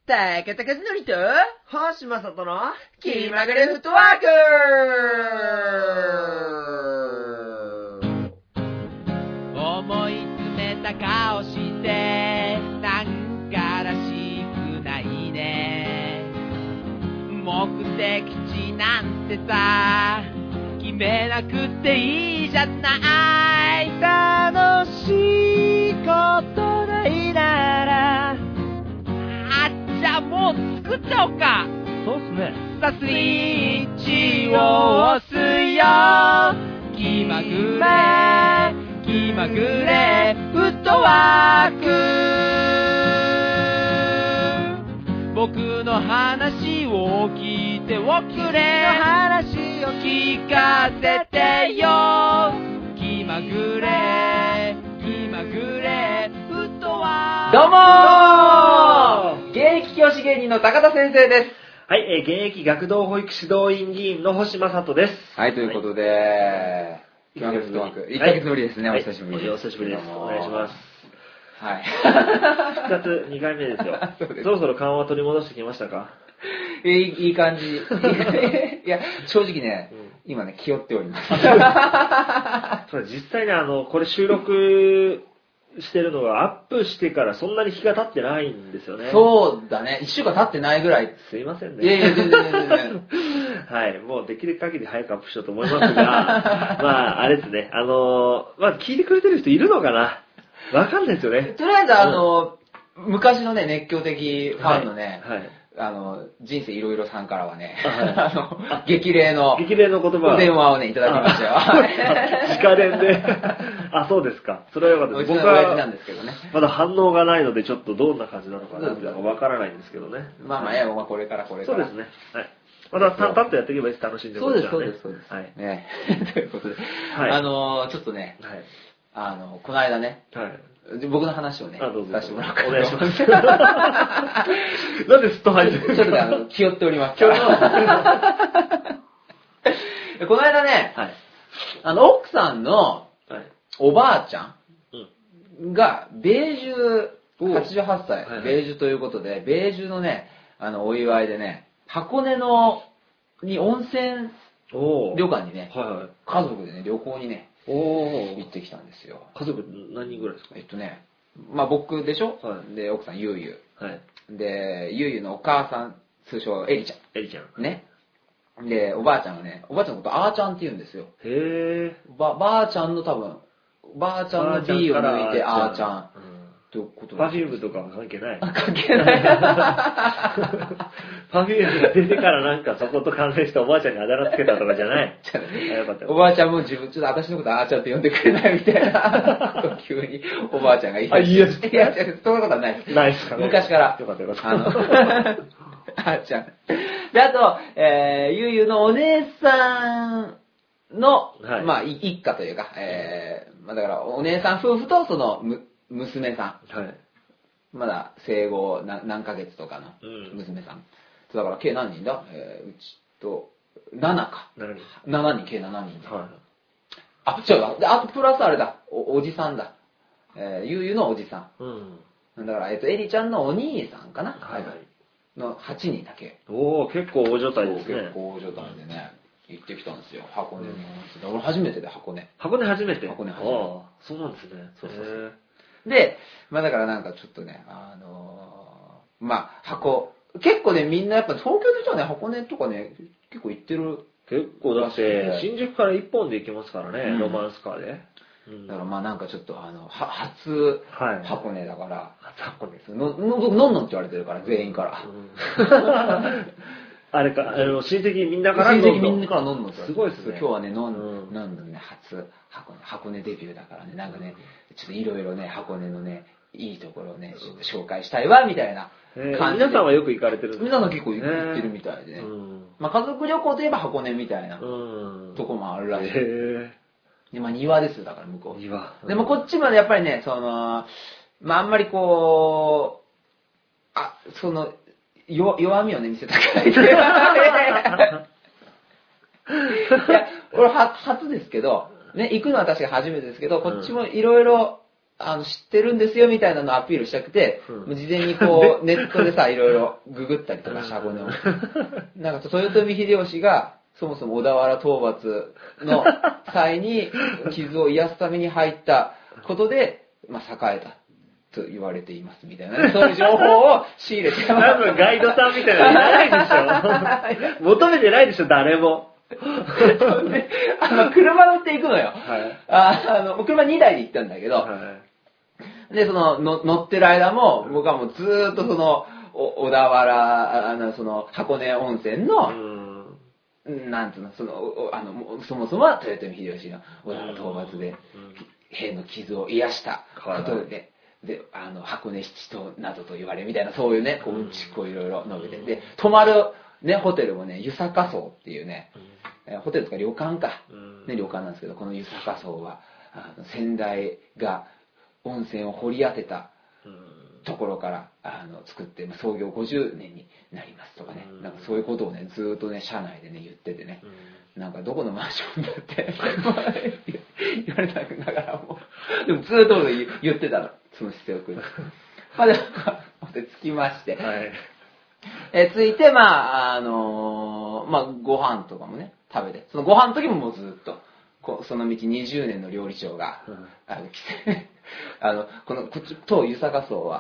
たけたかずのりと、 星正人の気まぐれフットワーク思い詰めた顔してなんからしくないね。目的地なんてさ決めなくていいじゃない。楽しいことないならじゃあもう作っちゃおうか。 そうっすね。 さあスイッチを押すよ。気まぐれ気まぐれフットワーク。僕の話を聞いておくれ。話を聞かせてよ。気まぐれ気まぐれフットワーク。 どうもー、現役教師芸人の高田先生です。 はい、現役学童保育指導員議員の星正人です。 はい、ということで、気まぐれフットワーク1ヶ月ぶりですね、 はい、 お久しぶりです。 お久しぶりです。お願いします。 はい。 復活2回目ですよ。 そうです。 そろそろ緩和取り戻してきましたか？ いい感じ。いや、正直ね、今ね、気負っております。 実際ね、これ収録してるのがアップしてからそんなに日が経ってないんですよね。 そうだね、1週間経ってないぐらい。 すいませんね。 いや、全然。 はい、もうできる限り早くアップしようと思いますが、まあ、あれですね、まあ、聞いてくれてる人いるのかな？わかんないですよね。 とりあえず、昔のね、熱狂的ファンのね、人生いろいろさんからはね、激励の言葉お電話をね、いただきましたよ。 直電で。あ、そうですか。それはよかったです。僕はなんですけどね。 まだ反応がないので、ちょっとどんな感じなのかなっていうのがわからないんですけどね。 まあ、これから。そうですね。はい。また淡々とやっていけばいいです。楽しんでそうです。 はい。 ね。ということで、 はい。 ちょっとね、 はい。 この間ね、 はい。 僕の話をね、 どうぞさせてもらおうかな。 お願いします。なんですっと入ってる？ ちょっとね、気負っております。この間ね、 はい。 奥さんのおばあちゃんが、米寿、88歳、 はいはい、 米寿ということで、米寿のね、お祝いでね、箱根に温泉旅館にね、家族でね、旅行にね、行ってきたんですよ。 家族何人ぐらいですか？ まあ僕でしょ、 はい、 で、奥さんゆうゆ。 はい、 で、ゆうゆのお母さん、通称エリちゃん。 エリちゃん。 ね。で、おばあちゃんがね、おばあちゃんのことあーちゃんって言うんですよ。 へー。 ばあちゃんの多分、ばあちゃんの B を抜いてあーちゃん。ということパフュームとかは関係ない。 関係ない。 パフュームが出てからなんかそこと関連しておばあちゃんにあだ名つけたとかじゃない。よかった。 おばあちゃんも自分、ちょっと私のことあーちゃんって呼んでくれないみたいなことを急におばあちゃんが言い出して。いや、そんなことはないです。 ないですかね。 昔から。 よかった。 あーちゃん。で、あと、ゆうゆのお姉さんの、まあ、一家というか、まあだからお姉さん夫婦とその娘さん。 はい。 まだ生後何ヶ月とかの娘さん。だから計何人だ？うちと、7か。 7 人、計7人。 はい。 あ、違うわ。あとプラスあれだ。おじさんだ。ゆうゆのおじさん。だから、エリちゃんのお兄さんかな。 はい。 の8人だけ。 おー、結構大所帯ですね。 結構大所帯でね。行ってきたんですよ、箱根に。俺初めてで箱根。 箱根初めて。 そうなんですね。そう。で、まあだからなんかちょっとね、まあ結構ね、みんなやっぱ東京の人はね、箱根とかね、結構行ってる。 結構だって、新宿から1本で行けますからね、ロマンスカーで。 だからまあなんかちょっと初箱根だから、 初箱根です。 のんのんって言われてるから、全員から。 あれか、親戚みんなからのんのん。 すごいですね。 今日はね、のんのね、初箱根デビューだからね、なんかね、ちょっといろいろね、箱根のね、いいところをね、紹介したいわ、みたいな感じで。 皆さんはよく行かれてるんですか？ 皆さん結構行ってるみたいでね。まあ家族旅行といえば箱根みたいなとこもあるらしい。で、まあ庭ですよ、だから向こう。 庭。 でもこっちまでやっぱりね、まああんまりこう、弱みをね、見せたくない。いや、俺初ですけど、ね、行くのは確か初めてですけど、こっちもいろいろ知ってるんですよみたいなのをアピールしたくて、事前にこう、ネットでさ、いろいろググったりとかした箱根を。なんか、豊臣秀吉が、そもそも小田原討伐の際に傷を癒すために入ったことで、まあ、栄えたと言われていますみたいな、ね、そういう情報を仕入れて。 多分ガイドさんみたいなのいないでしょ。求めてないでしょ、誰も。 車乗って行くのよ。 はい、 車2台で行ったんだけど、 はい、 で、乗ってる間も、僕はもうずーっと小田原、箱根温泉の、なんつうの、そもそもは豊臣秀吉の小田原討伐で、兵の傷を癒したことで、で、箱根七島などと言われみたいな、そういうね、こう、うんちくをいろいろ述べて、で、泊まる、ね、ホテルもね、湯坂荘っていうね、ホテルとか旅館か、ね、旅館なんですけど、この湯坂荘は、先代が温泉を掘り当てたところから作って、創業50年になりますとかね、なんかそういうことをね、ずーっとね、社内でね、言っててね、なんかどこのマンションだって言われたながらも、でもずーっと言ってたの、その姿勢をくる。まあでも、着きまして、 はい、 着いて、まあご飯とかもね、食べて、そのご飯の時ももうずっと、その道20年の料理長が、こっち、当湯坂荘は、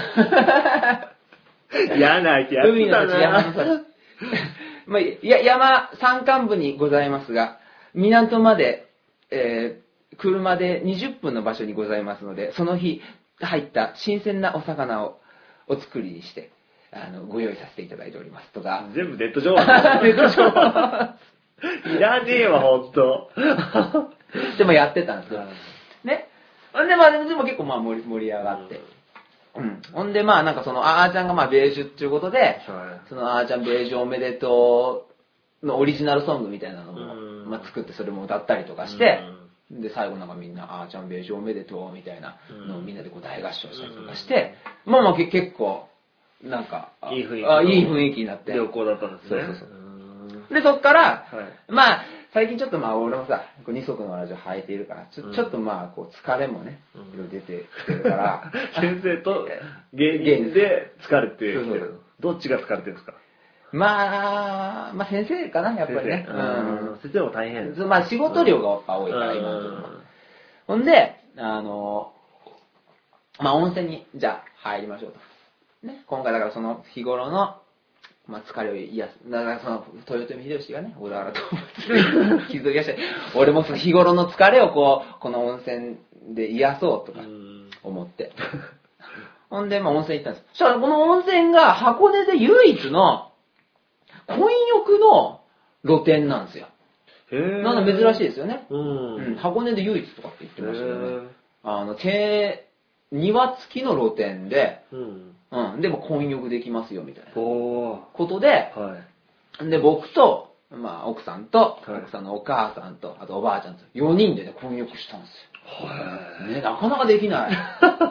嫌な相手やってたな。 山の幸。まあ、山、山間部にございますが、港まで、車で20分の場所にございますので、その日入った新鮮なお魚をお作りにして、ご用意させていただいておりますとか。 全部ネット情報。ネット情報。いらねえわ、ほんと。 でもやってたんですよ。ね。ほんで、まあ、でも結構まあ盛り上がって。ほんで、まあ、なんかあーちゃんがまあ、ベージュっていうことで、あーちゃんベージュおめでとうのオリジナルソングみたいなのも、まあ、作ってそれも歌ったりとかして、で、最後なんかみんな、あーちゃんベージュおめでとうみたいなのをみんなでこう大合唱したりとかして、まあまあ結構、なんか、 いい雰囲気になって。 旅行だったんですね。 そう。で、そっから、まあ、最近ちょっとまあ俺もさ、二足のわらじを履いているから、ちょっとまあ、こう疲れもね、出てきてるから。 先生と芸人で疲れてきてる。どっちが疲れてるんですか？ まあ先生かな、やっぱりね。 先生も大変。 まあ仕事量が多いから、今のところ。ほんで、まあ温泉に、じゃあ入りましょうと。ね、今回だからその日頃の、まあ、疲れを癒す。だから豊臣秀吉がね、小田原と傷を癒して、俺もその日頃の疲れをこの温泉で癒そうとか思って。ほんで、まあ温泉行ったんです。そしたらこの温泉が箱根で唯一の混浴の露天なんですよ。なんか珍しいですよね。箱根で唯一とかって言ってましたよね。庭付きの露天で、でも混浴できますよみたいなことで、で僕と、まあ、奥さんと、奥さんのお母さんと、あとおばあちゃんと4人でね混浴したんですよ。ね、なかなかできない。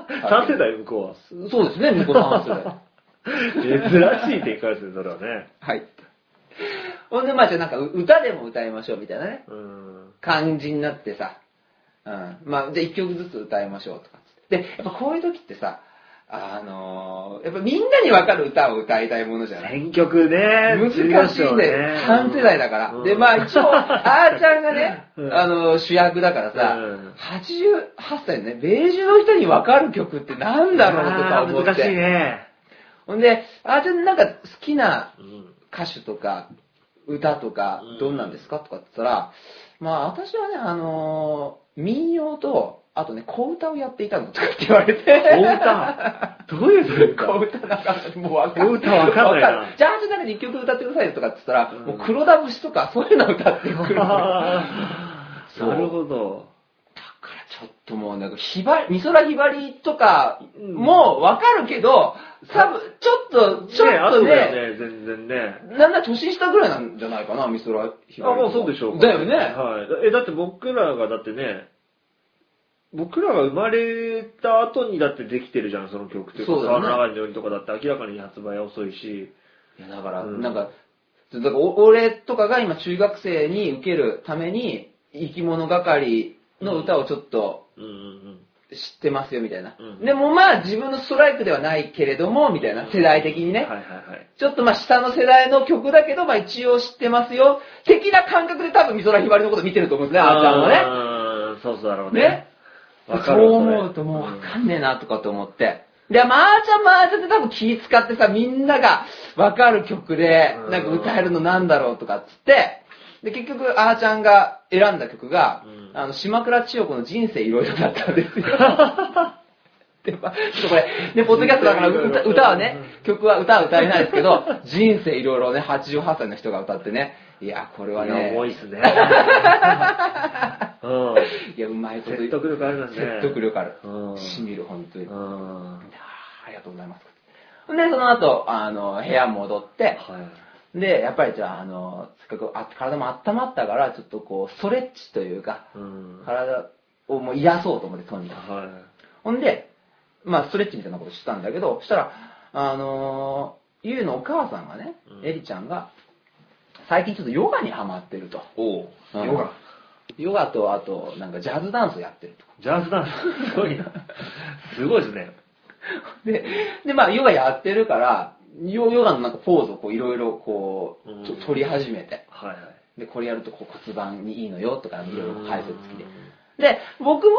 3世代向こうは。そうですね、向こう3世代。 珍しい展開ですね、それはね。 はい。ほんで、まあ、じゃあなんか歌でも歌いましょうみたいなね、感じになってさ、まあ、じゃあ1曲ずつ歌いましょうとか。で、やっぱこういう時ってさ、やっぱみんなにわかる歌を歌いたいものじゃない。 選曲ね。 難しいね。3世代だから。で、まあ一応、あーちゃんがね、主役だからさ、88歳ね、ベージュの人にわかる曲ってなんだろうとか思って。 難しいね。 ほんで、あーちゃんなんか好きな歌手とか、歌とか、どんなんですかとかって言ったら、まあ私はね、民謡と、あとね、小歌をやっていたのとかって言われて。 小歌どういう小歌なんか、もうわかんない。 小歌わかんないな。 じゃあ、なんか1曲歌ってくださいよとかって言ったら、もう黒田節とかそういうの歌ってくる。 なるほど。 だからちょっともうなんか、美空ひばりとかもわかるけど、多分、ちょっとね、全然ね。 なんだ年下ぐらいなんじゃないかな、美空ひばり。 もうそうでしょう。 だよね。 はい。だって僕らが生まれた後にだってできてるじゃん、その曲って。 そうだね。 川のようにとかだって明らかに発売遅いし。 いや、だから、なんか、俺とかが今中学生に受けるために、生き物係の歌をちょっと、 知ってますよみたいな、 うん、 でもまあ自分のストライクではないけれどもみたいな、世代的にね、 はいはいはい、 ちょっとまあ下の世代の曲だけどまあ一応知ってますよ的な感覚で多分美空ひばりのこと見てると思うんですね、あーちゃんはね。 そうそうだろうね。 そう思うともうわかんねえなとかと思って。で、まーちゃんって多分気使ってさ、みんながわかる曲で、なんか歌えるのなんだろうとかっつって、で、結局、あーちゃんが選んだ曲が、島倉千代子の人生いろいろだったんですよ。で、まあ、ちょっとこれ、ね、ポッドキャストだから歌はね、歌は歌えないですけど、人生いろいろね、88歳の人が歌ってね、いや、これはね。 重いっすね。 いや、うまいこと説得力ありますね。 説得力ある。しみる、本当に。 ありがとうございます。で、その後、部屋戻って、で、やっぱりじゃあ、せっかく体も温まったから、ちょっとこう、ストレッチというか、体をもう癒そうと思って、とにかく。ほんで、まあ、ストレッチみたいなことしたんだけど、そしたら、ゆうのお母さんがね、エリちゃんが、最近ちょっとヨガにハマってると。ヨガと、あと、なんかジャズダンスやってると。 ジャズダンスすごいな。すごいですね。 で、まあ、ヨガやってるから、ヨガのなんかポーズをこういろいろこう、取り始めて。で、これやるとこう骨盤にいいのよとか、いろいろ解説付きで。で、僕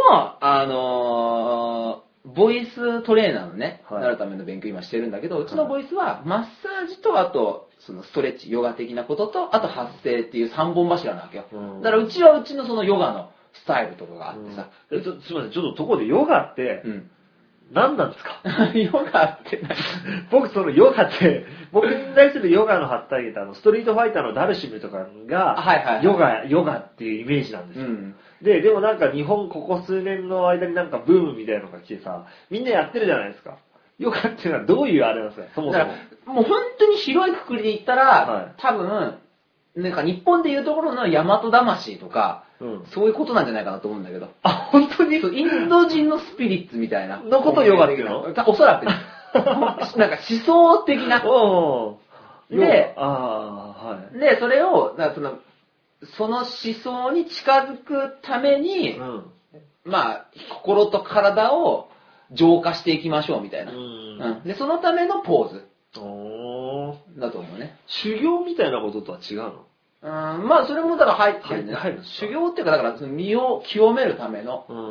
も、ボイストレーナーのね、なるための勉強今してるんだけど、うちのボイスはマッサージと、あと、そのストレッチ、ヨガ的なことと、あと発声っていう3本柱なわけよ。だからうちはうちのそのヨガのスタイルとかがあってさ。 すいません、ちょっとところでヨガって、何なんですか？ ヨガって何？ 僕そのヨガって、僕に対するヨガの発体源ってストリートファイターのダルシムとかが、ヨガっていうイメージなんですよ。でもなんか日本ここ数年の間になんかブームみたいなのが来てさ、みんなやってるじゃないですか。ヨガっていうのはどういうあれなんですか、そもそも。 もう本当に広いくくりで言ったら、多分、なんか日本でいうところの大和魂とか、そういうことなんじゃないかなと思うんだけど。 あ、本当に？ インド人のスピリッツみたいな。 のことをヨガっていうの？ おそらく。なんか思想的な。で、で、それを、その思想に近づくために、まあ、心と体を浄化していきましょうみたいな。で、そのためのポーズ。だと思うね。 修行みたいなこととは違うの？ まあ、それもだから入ってるね。修行っていうか、だから、身を清めるための、も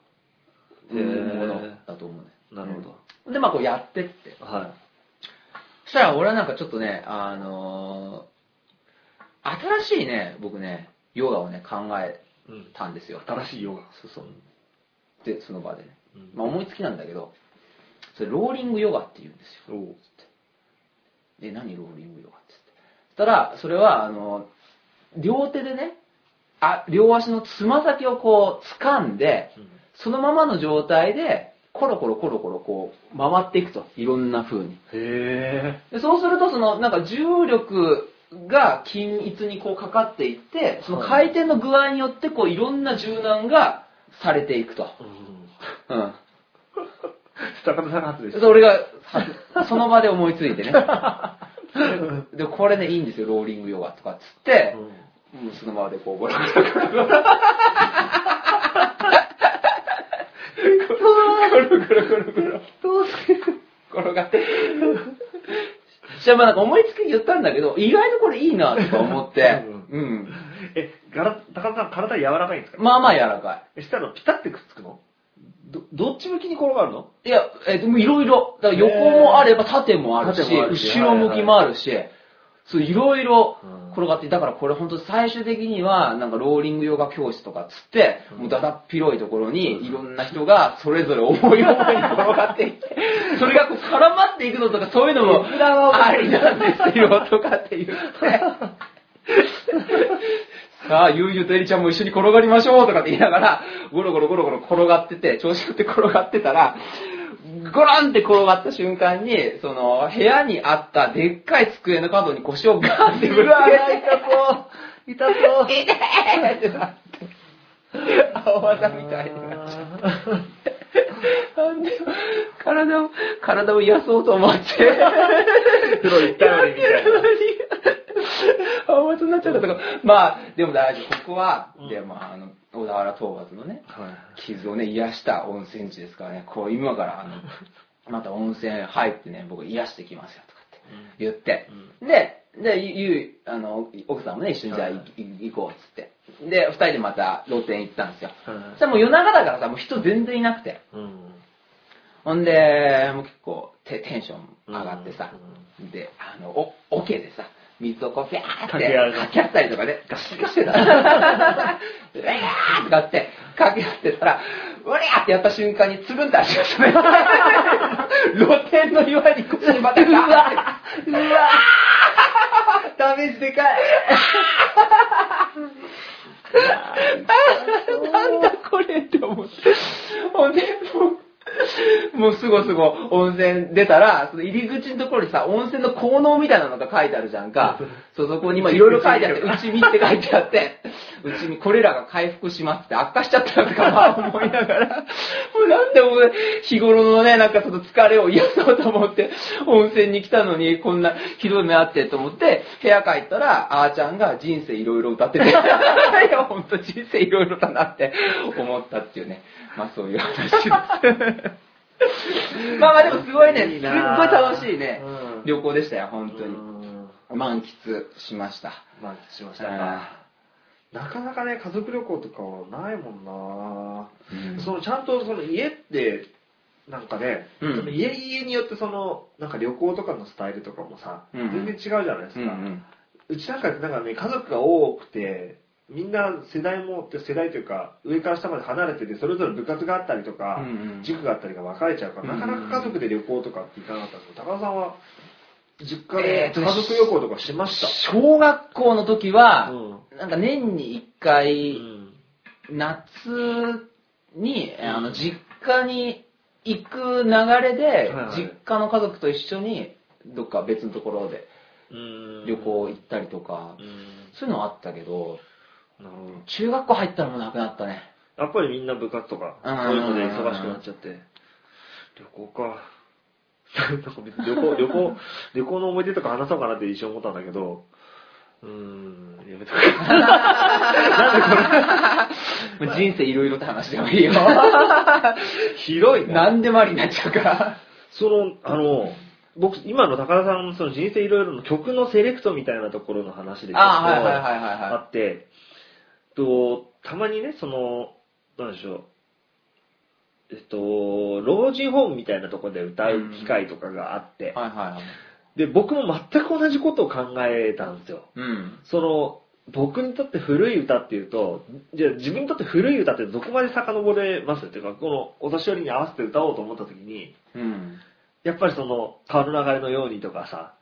のだと思うね。 なるほど。で、まあ、こうやってって。そしたら、俺はなんかちょっとね、新しいね、僕ね、ヨガをね、考えたんですよ。 新しいヨガ。 そう。で、その場でね。まあ、思いつきなんだけど、それ、ローリングヨガって言うんですよ。で、何ローリングヨガって。そしたら、それは、両手でね、両足のつま先をこう、掴んで、そのままの状態で、コロコロこう、回っていくと。いろんな風に。でそうすると、なんか重力が均一にこうかかっていって、その回転の具合によって、こう、いろんな柔軟がされていくと。 高田さんが初でしょ。 それが、その場で思いついてね。で、これね、いいんですよ、ローリングヨガとかっつって、その場でこう、ゴロゴロゴロゴロ。転がって。じゃあまあなんか思いつき言ったんだけど、意外とこれいいなとか思って。 高田さん体柔らかいんですか？ まあまあ柔らかい。したらピタってくっつくの？どっち向きに転がるの？ いや、いろいろ。だから横もあれば縦もあるし、後ろ向きもあるし、そういろいろ転がって、だからこれ本当最終的にはなんかローリングヨガ教室とかっつって、もうだだっ広いところにいろんな人がそれぞれ思い思いに転がっていって、それがこう絡まっていくのとかそういうのもありなんですよとかって言って。さあ、ゆうゆうとえりちゃんも一緒に転がりましょうとかって言いながら、ゴロゴロ転がってて、調子乗って転がってたら、ゴロンって転がった瞬間に、その、部屋にあったでっかい机の角に腰をガーンってぶつけて、 痛そう痛いってなって、青技みたいになっちゃった。体を癒そうと思って、 風呂行ったのにみたいな。 青技になっちゃったとか、まあ、でも大丈夫。ここは、で、まあ、 小田原討伐のね、傷をね、癒した温泉地ですからね、こう今からまた温泉入ってね、僕癒してきますよとかって言って、で、奥さんもね、一緒にじゃあ行こうっつって。で、二人でまた露店行ったんですよ。そしたらもう夜中だからさ、もう人全然いなくて。ほんで、もう結構テンション上がってさ、で、桶でさ、水をこう、ピャーってかけ合ったりとかね、ガシガシだ。うわーとかってかけ合ってたら、うわーってやった瞬間につるんと足が滑って、露天の岩に腰にまたガーって、うわーダメージでかい。なんだこれって思って。ほんで、もうすご温泉出たら、その入り口のところにさ、温泉の効能みたいなのが書いてあるじゃんか。そこにいろいろ書いてあって、内見って書いてあって、内見これらが回復しますって悪化しちゃったのとか思いながら、もうなんで俺日頃のね、なんかその疲れを癒そうと思って、温泉に来たのにこんなひどい目あってと思って、部屋帰ったら、あーちゃんが人生いろいろ歌ってて、いやほんと人生いろいろだなって思ったっていうね、まあそういう話です。まあでもすごいね、すっごい楽しいね、旅行でしたよ、本当に。満喫しました。 満喫しましたか。なかなかね、家族旅行とかはないもんな、ちゃんとその家って、なんかね、家によってなんか旅行とかのスタイルとかもさ、全然違うじゃないですか。うちなんかね、家族が多くて、みんな世代というか上から下まで離れててそれぞれ部活があったりとか、塾があったりが分かれちゃうからなかなか家族で旅行とかって行かなかったんですけど、高田さんは実家で家族旅行とかしました？ 小学校の時は、なんか年に1回、夏に実家に行く流れで、実家の家族と一緒にどっか別のところで旅行行ったりとか、そういうのはあったけど、中学校入ったらもうなくなったね。 やっぱりみんな部活とかそういうので忙しくなっちゃって、旅行か。なんか別に旅行の思い出とか話そうかなって一瞬思ったんだけど、やめとく。 なんでこれ人生いろいろって話でもいいよ。 広いな。 何でもありになっちゃうから。 僕、今の高田さんのその人生いろいろの曲のセレクトみたいなところの話であって、たまにね、なんでしょう、老人ホームみたいなところで歌う機会とかがあって、で、僕も全く同じことを考えたんですよ。僕にとって古い歌っていうと、じゃあ自分にとって古い歌ってどこまで遡れますっていうか、このお年寄りに合わせて歌おうと思った時に、やっぱり川の流れのようにとかさ、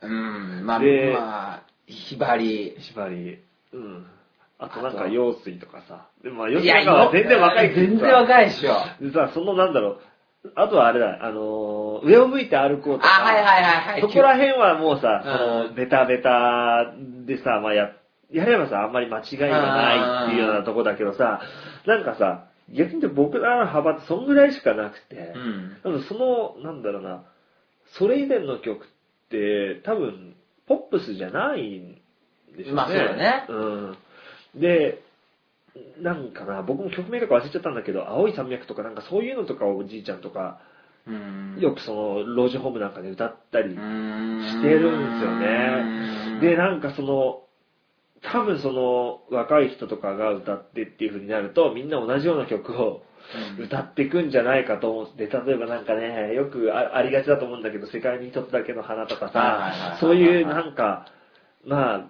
ひばり、 あとなんか用水とかさ、でも用水とかは全然若い全然若いでしょ。 でさ、なんだろう、あとはあれだ、上を向いて歩こうとか、そこら辺はもうさ、ベタベタでさ、まあやればさ、あんまり間違いがないっていうようなとこだけどさ、なんかさ、逆に言うと僕らの幅ってそんぐらいしかなくて、なんだろうな、それ以前の曲って多分ポップスじゃないんでしょうね。 まあそうだね。 で、なんかな、僕も曲名とか忘れちゃったんだけど、青い山脈とかなんかそういうのとかをおじいちゃんとか、よく老人ホームなんかで歌ったりしてるんですよね。で、なんか多分若い人とかが歌ってっていう風になると、みんな同じような曲を歌っていくんじゃないかと思って、例えばなんかね、よくありがちだと思うんだけど、世界に一つだけの花とかさ、そういうなんか、まあ、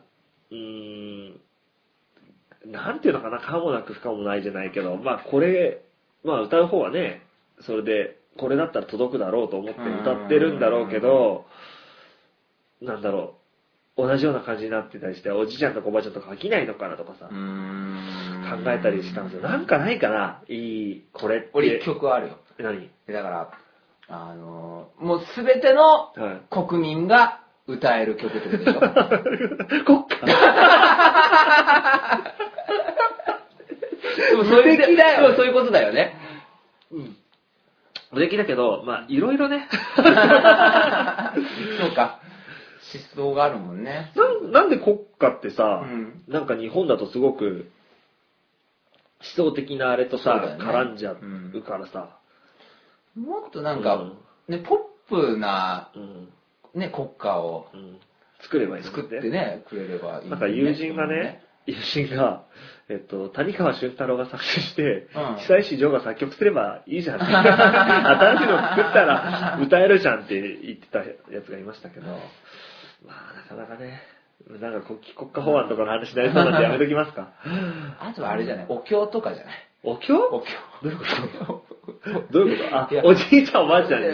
なんていうのかな、可もなく不可もないじゃないけど、まあ歌う方はね、それで、これだったら届くだろうと思って歌ってるんだろうけど、なんだろう、同じような感じになってたりして、おじいちゃんとかおばあちゃんとか飽きないのかなとかさ、考えたりしたんですよ。なんかないかな、これって。 俺一曲あるよ。 何？ だから、もうすべての国民が歌える曲ってことでしょ。 国家無敵だよ。そういうことだよね。 無敵だけど、まあいろいろね。 そうか。思想があるもんね。 なんで国家ってさ、なんか日本だとすごく想的なあれとさ、ね、絡んじゃうからさ。 もっとなんか、ね、ポップな、ね、国家を、 作ればいい作ってね、くれればいい、ね。 なんか友人が、谷川俊太郎が作詞して、久石譲が作曲すればいいじゃん。新しいの作ったら歌えるじゃんって言ってたやつがいましたけど、まあなかなかね、なんか国家法案とかの話になりそうなんでやめときますか。 あとはあれじゃない、お経とかじゃない。 お経？お経。どういうことどういうこと？おじいちゃんおばあちゃんに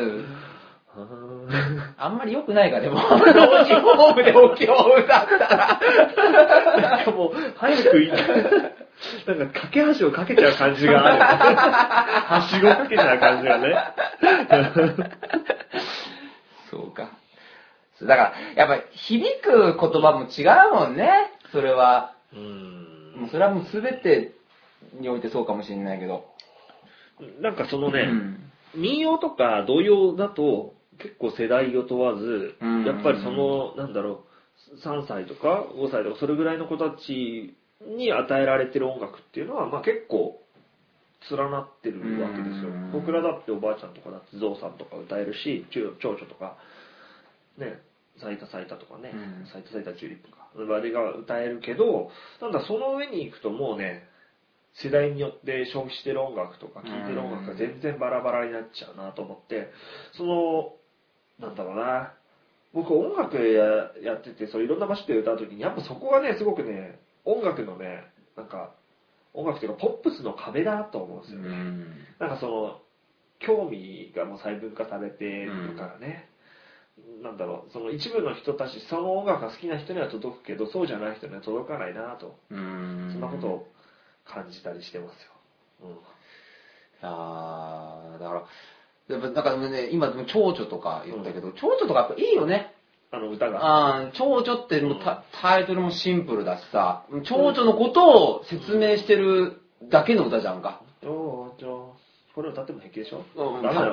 あんまり良くないかでも、老人ホームでお経を歌ったら。 なんかもう、早く行く。なんか、架け橋をかけちゃう感じがある。はしごかけちゃう感じがね。 そうか。だから、やっぱ響く言葉も違うもんね。それは。もうそれはもう全てにおいてそうかもしれないけど。 なんかそのね、民謡とか童謡だと、結構世代を問わず、やっぱりその、なんだろう、3歳とか5歳とかそれぐらいの子たちに与えられてる音楽っていうのは、まあ結構連なってるわけですよ。僕らだっておばあちゃんとかだってゾウさんとか歌えるし、蝶々とか、ね、咲いたとかね、咲いたチューリップか、あれが歌えるけど、なんだその上に行くともうね、世代によって消費してる音楽とか聴いてる音楽が全然バラバラになっちゃうなと思って、その、なんだろうな、僕音楽やってて、そういろんな場所で歌うときに、やっぱそこがね、すごくね、音楽のね、なんか、音楽というかポップスの壁だと思うんですよね。なんかその、興味がもう細分化されてるからね、なんだろう、その一部の人たち、その音楽が好きな人には届くけど、そうじゃない人には届かないなと、そんなことを感じたりしてますよ。 だから、なんかね、今、蝶々とか言ったけど、蝶々とかやっぱいいよね。 歌が。 蝶々ってもうタイトルもシンプルだしさ、蝶々のことを説明してるだけの歌じゃんか。 これ歌っても平気でしょ？ダメだから。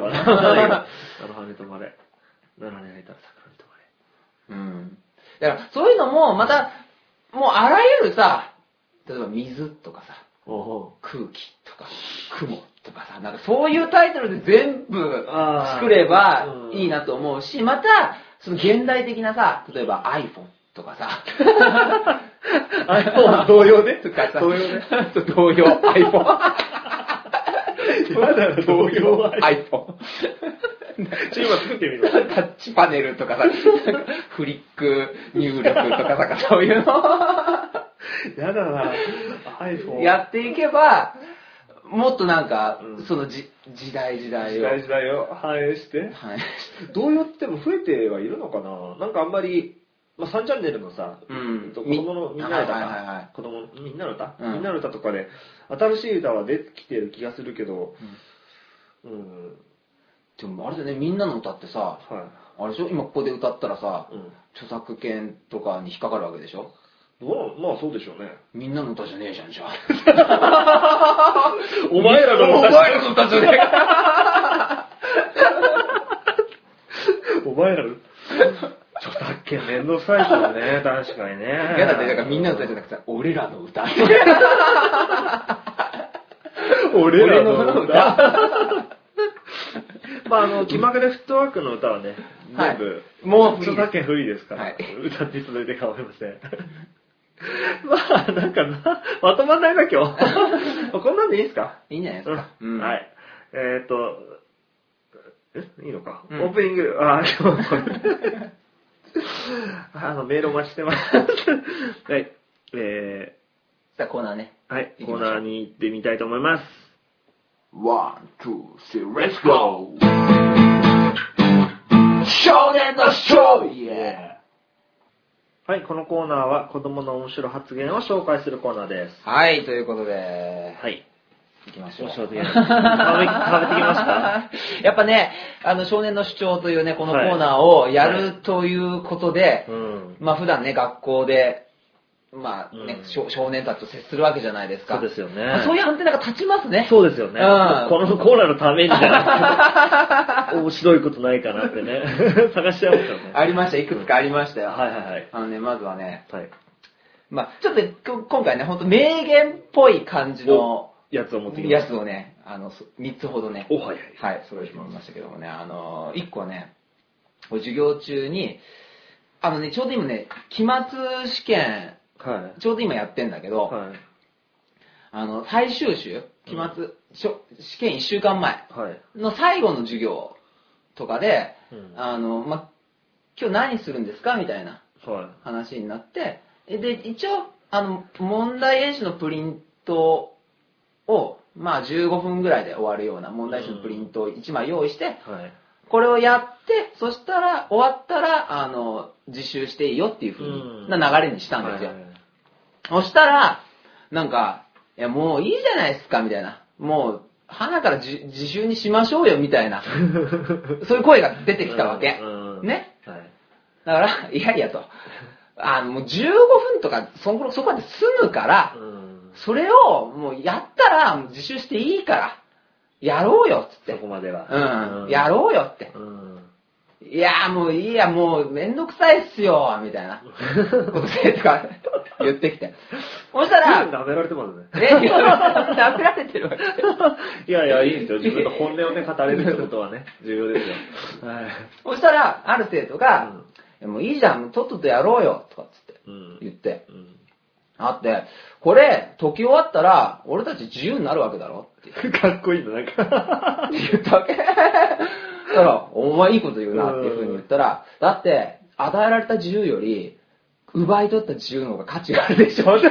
羽とまれ。7年空いたら桜に止まれ。 だから、そういうのも、また、もうあらゆるさ、例えば水とかさ、空気とか、雲とかさ、なんかそういうタイトルで全部作ればいいなと思うし、また、その現代的なさ、例えば iPhone とかさ、 iPhone 同様ね。 とかさ、同様 iPhone。 同様 iPhone。 今作ってみる。 タッチパネルとかさ、フリック入力とかさ、そういうの。 やだな iPhone。 やっていけば、もっとなんか、その時代を反映して。童謡っても増えてはいるのかな。なんかあんまり、まあ、3チャンネルのさ、子供のみんなの歌か、子供みんなの歌、みんなの歌とかで新しい歌は出てきてる気がするけど、 でもあれだね、みんなの歌ってさ、あれでしょ、今ここで歌ったらさ、著作権とかに引っかかるわけでしょ。 まあそうでしょうね。 みんなの歌じゃねえじゃん、じゃあ。 お前らの歌じゃねえか。 お前らの著作権めんどくさいですよね、確かにね。 いやだって、だからみんなの歌じゃなくて、俺らの歌。 俺らの歌。まあ気まぐれフットワークの歌はね、全部、もう著作権フリーですから、歌っていただいて構いません。まあ、なんかまとまんないな、今日。こんなんでいいですか？ いいんじゃないですか。 はい。いいのか。オープニング、今日メールお待ちしてます。はい。 さあ、コーナーね。 はい。コーナーに行ってみたいと思います。 1、2、3、let's go! 少年のショー！ はい、このコーナーは子供の面白発言を紹介するコーナーです。 はい、ということで、 はい。 行きましょう。 食べてきましたやっぱね、少年の主張というね、このコーナーをやるということで、まあ普段ね、学校で、まあね、少年たちと接するわけじゃないですか。 そうですよね。 まあ、そういうアンテナが立ちますね。 そうですよね。このコーナーのためにじゃなくて、面白いことないかなってね、探しちゃいますよね。 ありました、いくつかありましたよ。 はいはいはい。 まずはね、 まあちょっと今回ね、ほんと名言っぽい感じのやつを持ってきました。 やつをね、3つほどね、 はいはい。 はい、揃えてみましたけどもね、1個はね、授業中に、ちょうど今ね、期末試験、 はい、 ちょうど今やってんだけど、はい、最終週、期末、試験1週間前の最後の授業とかで、今日何するんですかみたいな話になって、で、一応、問題演習のプリントを、15分ぐらいで終わるような問題集のプリントを1枚用意して、これをやって、そしたら、終わったら、自習していいよっていう風な流れにしたんですよ。そしたら、なんか、いや、もういいじゃないですか、みたいな。もう、花から自習にしましょうよ、みたいな。そういう声が出てきたわけ。ね。だから、いやいやと。もう15分とか、そこまで済むから、それをもうやったら自習していいから、やろうよっつって。 そこまでは。 やろうよって。いやもういいや、もうめんどくさいっすよ、みたいなこと生徒が言ってきて。そしたら、 舐められてますね。 舐められてるわけ。 いや、いいんですよ。自分の本音をね、語れるってことはね、重要ですよ。 そしたら、ある生徒が、もういいじゃん、とっととやろうよ、とかっつって言って。あって、これ、解き終わったら、俺たち自由になるわけだろって。 かっこいいの、なんか。 って言ったわけ。だから、お前いいこと言うなっていう風に言ったら、だって、与えられた自由より、奪い取った自由の方が価値があるでしょって。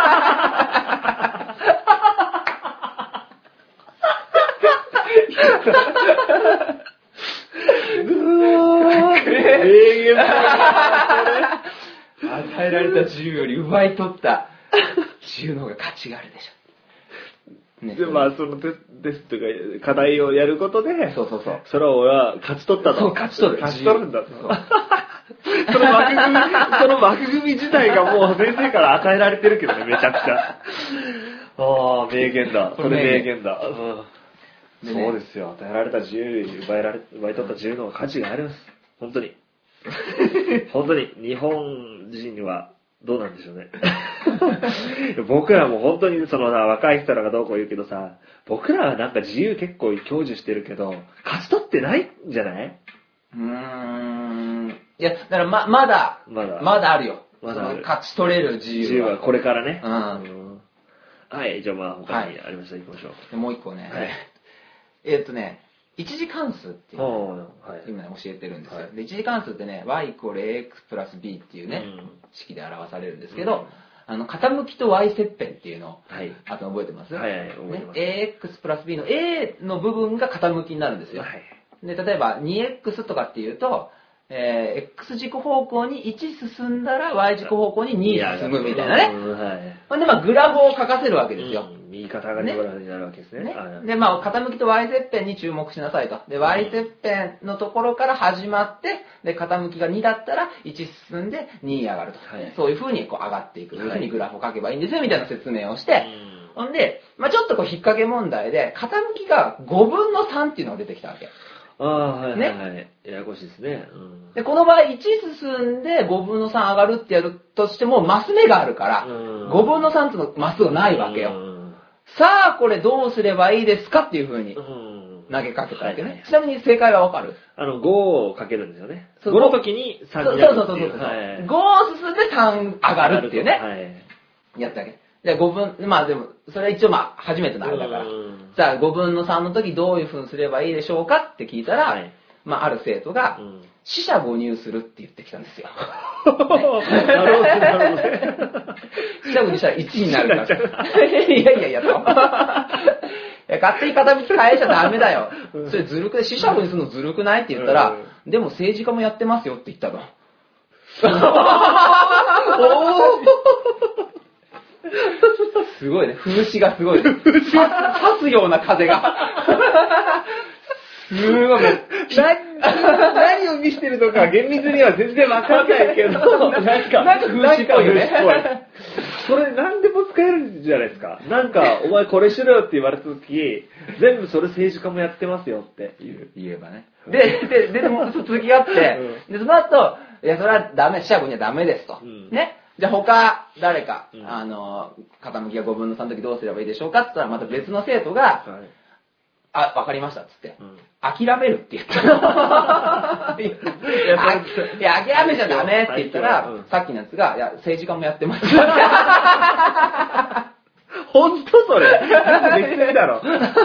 与えられた自由より奪い取った自由の方が価値があるでしょ。 ね、で、そのテストとか課題をやることで、 そう。 それを俺は勝ち取ったと。 そう、勝ち取るんだと。その枠組み自体がもう先生から与えられてるけどね、めちゃくちゃ。ああ、名言だ。それ名言だ。そうですよ。与えられた自由より奪い取った自由の方が価値があります。本当に。本当に、日本人はどうなんでしょうね。僕らも本当に若い人らがどうこう言うけどさ、僕らはなんか自由結構享受してるけど、勝ち取ってないんじゃない？ いや、だからまだあるよ。 まだある。 勝ち取れる自由は。 自由はこれからね。はい、じゃあ他にありました、行きましょう。 もう一個ね。一次関数っていうのを今ね教えてるんですよ。で、一次関数ってね、y イコール ax プラス b っていうね、式で表されるんですけど、傾きと y 切片っていうのを、あと覚えてます？ はい、覚えてます。 ax プラス b の a の部分が傾きになるんですよ。で、例えば 2x とかっていうと、x 軸方向に1進んだら y 軸方向に2進むみたいなね。ほんで、グラフを書かせるわけですよ。 右肩上がりグラフになるわけですね。 で、傾きと y 切片に注目しなさいと。で、y 切片のところから始まって、で、傾きが2だったら1進んで2上がると。そういう風に上がっていく。そういう風にグラフを書けばいいんですよ、みたいな説明をして、ほんで、ちょっと引っ掛け問題で、傾きが5分の3っていうのが出てきたわけ。 はい。ややこしいですね。 で、この場合、1進んで5分の3上がるってやるとしても、マス目があるから、5分の3ってのマスがないわけよ。さあ、これどうすればいいですかっていう風に投げかけたわけね。ちなみに正解はわかる ？5をかけるんですよね。5の時に3になるっていう。 そう。5を進んで3上がるっていうね。やったわけ。じゃあ5分、でも、それは一応初めてのあれだから。さあ、5分の3の時どういう風にすればいいでしょうかって聞いたら、ある生徒が、四捨五入するって言ってきたんですよ。 なるほどね。 四捨五入したら1になるから。いやと。勝手に傾き変えちゃダメだよ。それずるく、四捨五入するのずるくないって言ったら、でも政治家もやってますよって言ったの。すごいね。風刺がすごいね。刺すような風が。すごい。 何を見せてるのか厳密には全然わからないけど、なんか風刺っぽいよね。 それ何でも使えるじゃないですか。なんか、お前これしろよって言われた時、全部それ政治家もやってますよって言えばね。でも続きがあって、で、その後、いや、それはダメ、四捨五入はダメですと。ね。じゃあ他、誰か、傾きが5分の3の時どうすればいいでしょうかって言ったら、また別の生徒が、わかりましたっつって、諦めるって言った。いや、諦めちゃダメって言ったら、さっきのやつが、いや、政治家もやってます。 本当それなんでできるんだろう。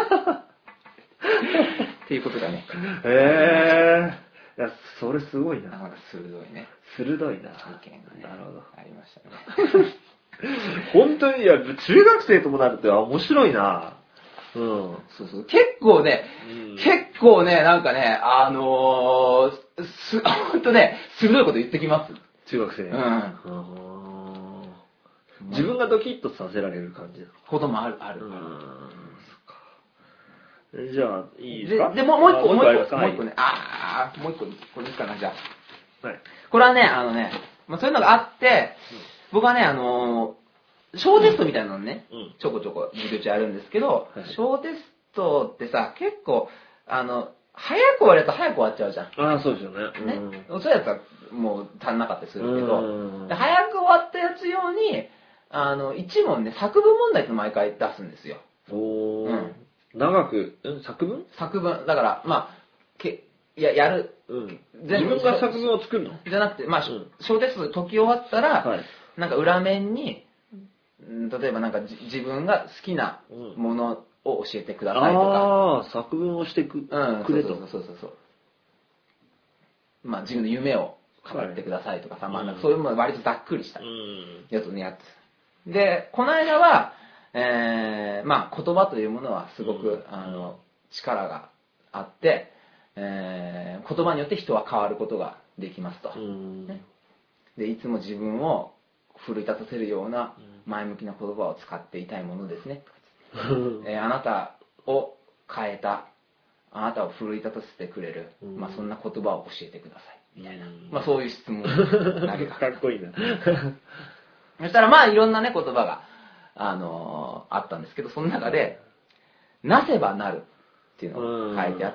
っていうことだね。 いや、それすごいな。 鋭いね。 鋭いな。 意見がね。 なるほど。 ありましたね。 本当に、いや、中学生ともなるって面白いな。 そう。結構ね、なんかね、ほんとね、鋭いこと言ってきます。 中学生。自分がドキッとさせられる感じ。 こともある。 じゃあ、いいですか？ で、もう一個ね。もう一個、これですかな、じゃあ。はい。これはね、そういうのがあって、僕はね、小テストみたいなのね、ちょこちょこ授業中やるんですけど、小テストってさ、結構、早く終わるやつは早く終わっちゃうじゃん。 そうですよね。 そういうやつはもう足んなかったりするけど、早く終わったやつ用に、一問ね、作文問題って毎回出すんですよ。 長く、作文？ 作文。だから、やる。 自分が作文を作るの？ じゃなくて、小テストで解き終わったら、なんか裏面に、例えばなんか自分が好きなものを教えてくださいとか。 作文をしてくれと。 そう。自分の夢を語ってくださいとかさ、なんかそういうもの割とざっくりしたやつのやつ。で、この間は、言葉というものはすごく、力があって、言葉によって人は変わることができますと。で、いつも自分を奮い立たせるような前向きな言葉を使っていたいものですね。あなたを変えた、あなたを奮い立たせてくれる、そんな言葉を教えてくださいみたいな、そういう質問を投げかっこいいな。 そしたらいろんなね言葉があったんですけど、その中でなせばなるっていうのが書いてあって、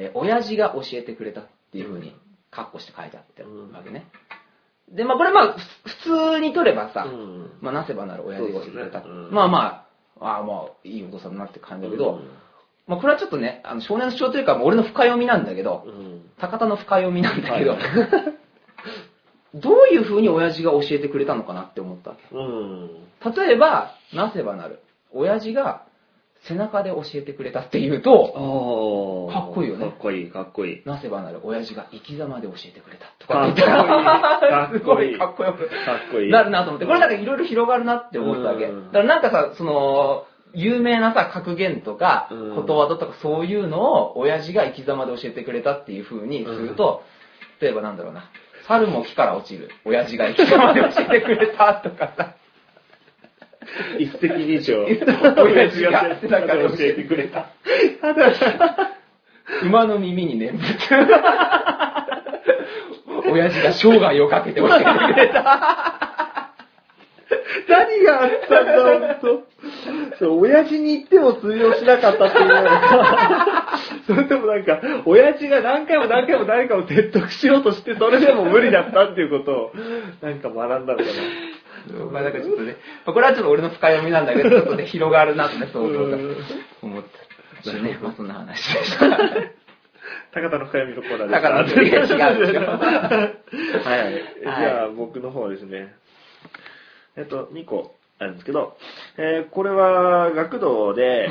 親父が教えてくれたっていうふうにカッコして書いてあってるわけね。で、これ普通に取ればさ、なせばなる親父が教えてくれた。いいお父さんだなって感じだけど、これはちょっとね、少年の主張というか、俺の深読みなんだけど、高田の深読みなんだけど、どういう風に親父が教えてくれたのかなって思ったわけ。例えば、なせばなる。親父が背中で教えてくれたっていうと、かっこいいよね。 かっこいい。 なせばなる。親父が生き様で教えてくれたとか。 かっこいい。 かっこいい。なるなと思って、これなんかいろいろ広がるなって思ったわけ。だからなんかさ、有名なさ、格言とか、ことわざとかそういうのを親父が生き様で教えてくれたっていう風にすると、例えばなんだろうな。猿も木から落ちる。親父が生き様で教えてくれたとかさ。 一石二鳥。 親父が背中で教えてくれた。馬の耳に念仏。親父が生涯をかけて教えてくれた。 何があったんだ、ほんと。親父に言っても通用しなかったっていうのが、それともなんか、親父が何回も誰かを説得しようとして、それでも無理だったっていうことを、なんか学んだのかな。 なんかちょっとね、これはちょっと俺の深読みなんだけど、ちょっとね、広がるなとね、想像が思った。ね、そんな話でした。 高田の深読みのコーナーです。 高田の深読み違う。 はい。じゃあ、僕の方ですね。2個あるんですけど、これは学童で、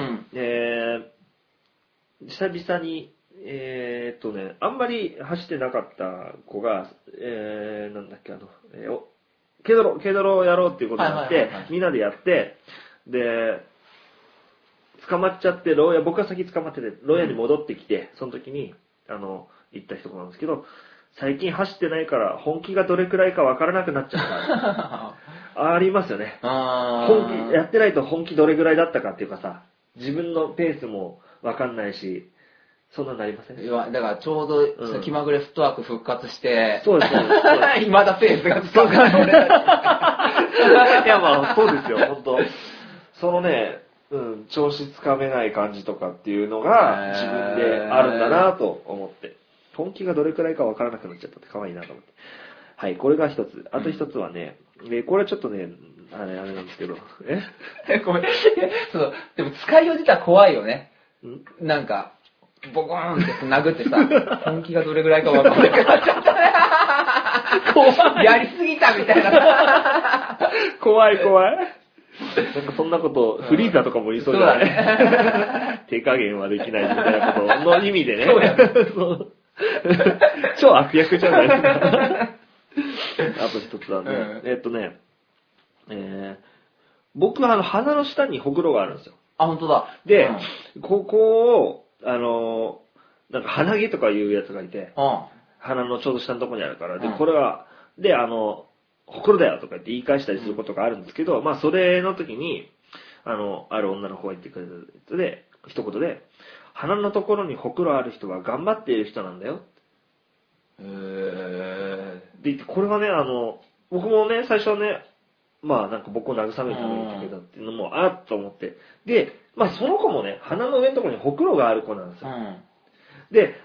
久々に、あんまり走ってなかった子が、なんだっけ、軽泥をやろうっていうことになって、みんなでやって、で、捕まっちゃって、僕が先捕まってて、牢屋に戻ってきて、その時に、行った人なんですけど、最近走ってないから本気がどれくらいかわからなくなっちゃったありますよね。本気やってないと本気どれくらいだったかっていうかさ、自分のペースもわかんないし、そんなのなりませんね。 だからちょうど気まぐれフットワーク復活して、 そうですね。 未だペースがつかない俺たち。 いやまあそうですよ、本当そのね、調子つかめない感じとかっていうのが自分であるんだなと思って、本気がどれくらいかわからなくなっちゃったって可愛いなと思って。はい、これが一つ。あと一つはね、これちょっとね、あれなんですけど、 ごめん。そう、でも使いよう自体怖いよね。なんか、ボコーンって殴ってさ、本気がどれぐらいかわからなくなっちゃったね。怖い。やりすぎたみたいな。 怖い。なんかそんなこと、フリーザとかも言いそうじゃない、手加減はできないみたいなことの意味でね。そうや超悪役じゃないですか。あと一つはね、僕は鼻の下にほくろがあるんですよ。 あ、本当だ。 で、ここを、なんか鼻毛とかいうやつがいて、鼻のちょうど下のところにあるから、で、これは、で、ほくろだよとかって言い返したりすることがあるんですけど、まあ、それの時に、ある女の子が言ってくれたやつで、一言で、鼻のところにほくろある人は頑張っている人なんだよ。で、これはね、僕もね、最初はね、まあなんか僕を慰めるために言ってくれたっていうのもあっと思って。で、まあその子もね、鼻の上のところにほくろがある子なんですよ。で、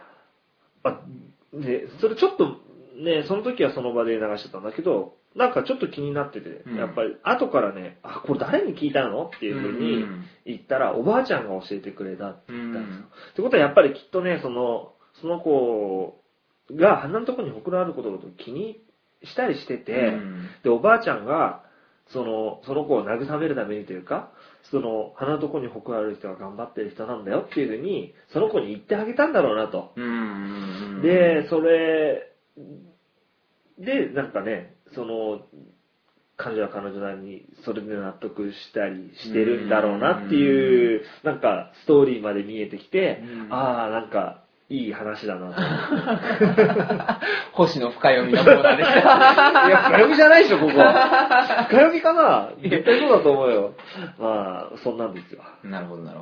それちょっとね、その時はその場で流してたんだけど、なんかちょっと気になってて、やっぱり後からね、これ誰に聞いたのっていう風に言ったら、おばあちゃんが教えてくれたって言ったんですよ。ってことはやっぱりきっとね、その子が鼻のところにほくろあることを気にしたりしてて、で、おばあちゃんが、その子を慰めるためにというか、鼻のところにほくろある人が頑張ってる人なんだよっていう風に、その子に言ってあげたんだろうなと。で、それ、で、なんかね、彼女は彼女なりにそれで納得したりしてるんだろうなっていう、なんかストーリーまで見えてきて、なんかいい話だなと。 星の深読みのコーナーでした。 いや、深読みじゃないでしょ、ここは。深読みかな絶対そうだと思うよ。まあ、そんなんですよ。 なるほど。はい。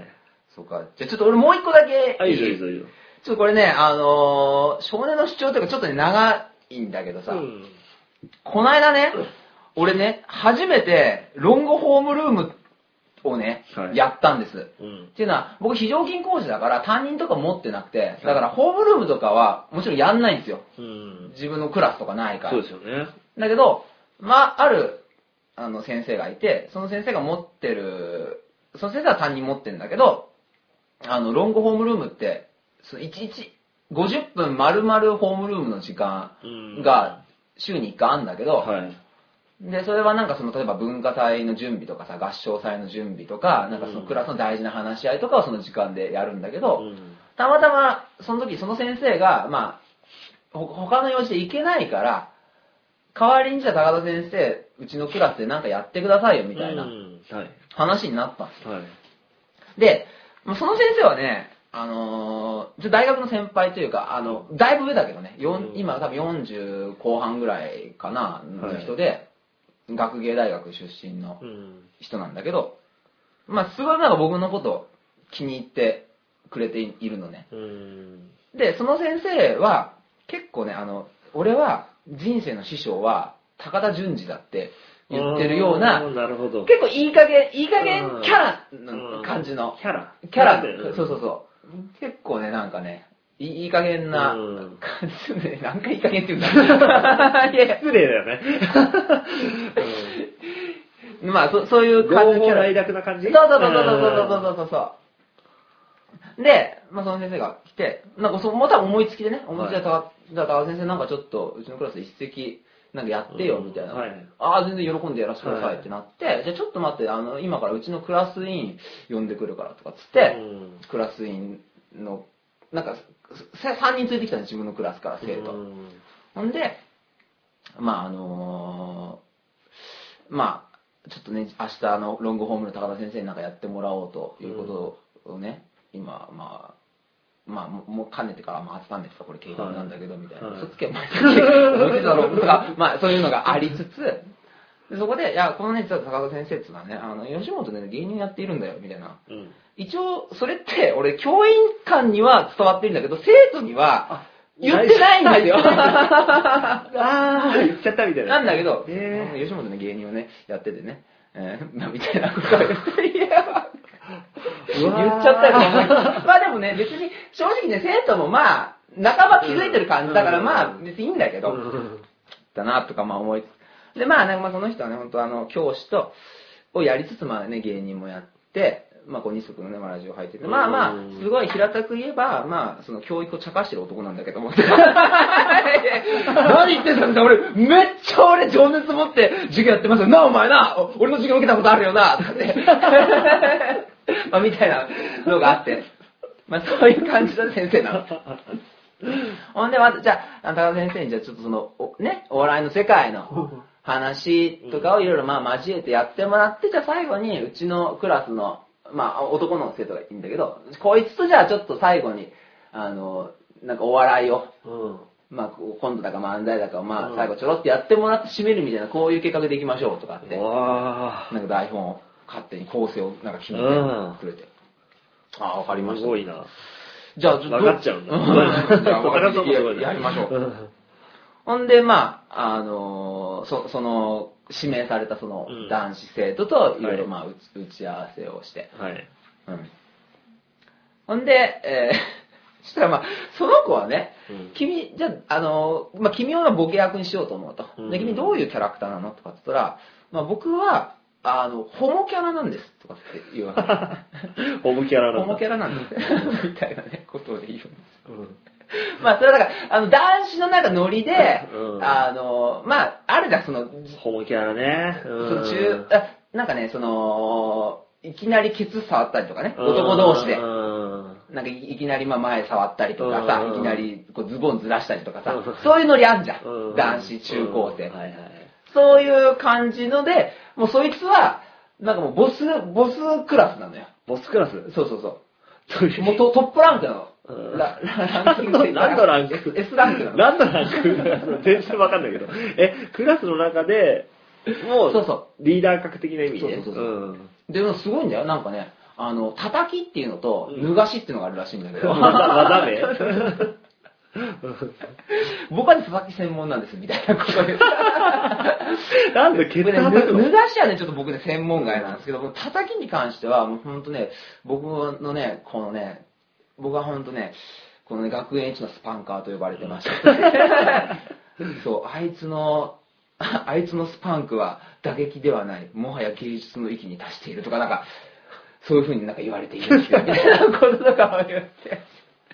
そうか。じゃあちょっと俺もう一個だけ。 いいよ。 ちょっとこれね、少年の主張というかちょっとね、長いんだけどさ、この間ね、俺ね、初めてロングホームルームをね、やったんです。っていうのは、僕非常勤講師だから担任とか持ってなくて、だからホームルームとかはもちろんやんないんですよ。自分のクラスとかないから。 そうですよね。 だけど、ある、先生がいて、その先生が持ってる、その先生は担任持ってるんだけど、ロングホームルームって、50分丸々ホームルームの時間が週に1回あるんだけど、で、それはなんか例えば文化祭の準備とかさ、合唱祭の準備とか、なんかそのクラスの大事な話し合いとかをその時間でやるんだけど、たまたまその時その先生が、他の用事で行けないから、代わりにじゃあ高田先生、うちのクラスでなんかやってくださいよみたいな話になったんですよ。で、その先生はね、大学の先輩というか、だいぶ上だけどね、今多分40後半ぐらいかな、の人で、学芸大学出身の人なんだけど、すごいなんか僕のこと気に入ってくれているのね。で、その先生は、結構ね、俺は人生の師匠は高田純次だって言ってるような、結構いい加減キャラの感じの。 キャラそう。結構ね、なんかね、いい加減な感じで、なんかいい加減って言うんだ。 いや、失礼だよね。 そういう感じのキャラ。 大楽な感じ？ そう。で、その先生が来て、なんかもう多分思いつきでね、高田先生なんかちょっと、うちのクラスで一席、なんかやってよ、みたいな。全然喜んでやらせてくださいってなって、じゃあちょっと待って、今からうちのクラス委員呼んでくるからとかっつって、クラス委員の、なんか、3人ついてきたね、自分のクラスから生徒。ほんで、ちょっとね、明日ロングホームの高田先生になんかやってもらおうということをね、今、もう兼ねてから集まんですか、これ計画なんだけど、みたいな。嘘つけ、思ってたろうとか、そういうのがありつつ、でそこで、いや、このね、実は高田先生っていうのはね、吉本でね、芸人やっているんだよ、みたいな。一応、それって、俺、教員間には伝わってるんだけど、生徒には、 言ってないんですよ。 言っちゃったみたいな。 なんだけど、吉本の芸人をね、やっててね、みたいなことを言って、言っちゃったよ。まあでもね、別に、正直ね、生徒もまあ、半ば気づいてる感じだから、まあ、別にいいんだけど、だな、とかまあ思いつつ。で、まあね、その人はね、本当教師をやりつつ、まあね、芸人もやって、まあ、二足のね、ラジオ入ってて、まあまあ、すごい平たく言えば、まあ、その教育を茶化してる男なんだけども。何言ってんだんだ、俺、めっちゃ俺情熱持って授業やってますよ。な、お前な、俺の授業受けたことあるよな、とかって。まあ、みたいなのがあって。まあ、そういう感じの先生なの。ほんで、じゃあ、高田先生に、じゃあちょっとその、ね、お笑いの世界の話とかをいろいろまあ交えてやってもらって、じゃあ最後に、うちのクラスの、まあ、男の生徒がいいんだけど、こいつとじゃあちょっと最後に、なんかお笑いを、まあ、コントだか漫才だかを、まあ、最後ちょろってやってもらって締めるみたいな、こういう計画でいきましょうとかって、なんか台本を勝手に構成をなんか決めてくれて。ああ、わかりました。 すごいな。 じゃあ、 分かっちゃうんだ。 じゃあ、やりましょう。ほんで、まあ、その、指名されたその男子生徒といろいろまあ打ち合わせをして。 はい。 ほんで、そしたらまあ、その子はね、君、じゃあ、まあ、君をボケ役にしようと思うと。で、君どういうキャラクターなのとかって言ったら、まあ僕は、ホモキャラなんです、とかって言うわけ。 ホモキャラなんだ。ホモキャラなんです。みたいなね、ことを言うんですよ。まあ、それはだから、男子のなんかノリで、まあ、あるじゃん、その、 ホモキャラね。 なんかね、その、いきなりケツ触ったりとかね、男同士で。なんかいきなりまあ前触ったりとかさ、いきなりこうズボンずらしたりとかさ、そういうノリあんじゃん。男子、中高生。そういう感じので、もうそいつは、なんかもうボスクラスなのよ。 ボスクラス？ そうそうそう。もうトップランクなの。ランキングで。 何のランク？ S ランクなの。 何のランク？全然わかんないけど。クラスの中で、もう、リーダー格的な意味で。 でもすごいんだよ。なんかね、叩きっていうのと、脱がしっていうのがあるらしいんだけど。 技名僕はね、叩き専門なんです、みたいなことで。 なんでケツ叩くの？ 脱がしはね、ちょっと僕ね、専門外なんですけど、叩きに関しては、もうほんとね、僕のね、このね、僕はほんとね、このね、学園一のスパンカーと呼ばれてました。そう、あいつのスパンクは打撃ではない、もはや芸術の域に達しているとか、なんか、そういう風になんか言われているんですよ、みたいなこととかを言って。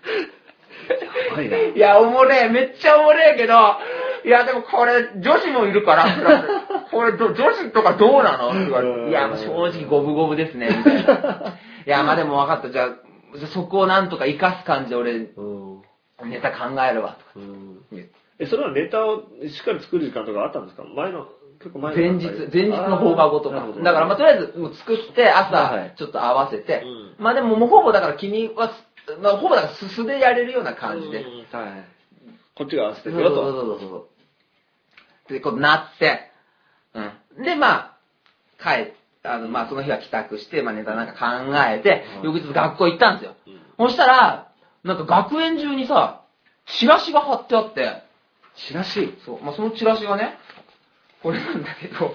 いや、おもれえ、めっちゃおもれえけど、いや、でもこれ、女子もいるから、これ、女子とかどうなのって言われて、いや、正直五分五分ですね、みたいな。いや、まあでも分かった、じゃあそこをなんとか活かす感じで俺、ネタ考えるわ、とか言って。 それはネタをしっかり作る時間とかあったんですか？結構前日の放課後とか。だからまあとりあえずもう作って朝ちょっと合わせて、まあでももうほぼだから君は、まあほぼだから素でやれるような感じで。 こっちが合わせてるよと。 そう。で、こうなって、で、まあ、まあその日は帰宅して、まあネタなんか考えて、翌日学校行ったんですよ。そしたら、なんか学園中にさ、チラシが貼ってあって、 チラシ？ そう。まあそのチラシがね、これなんだけど、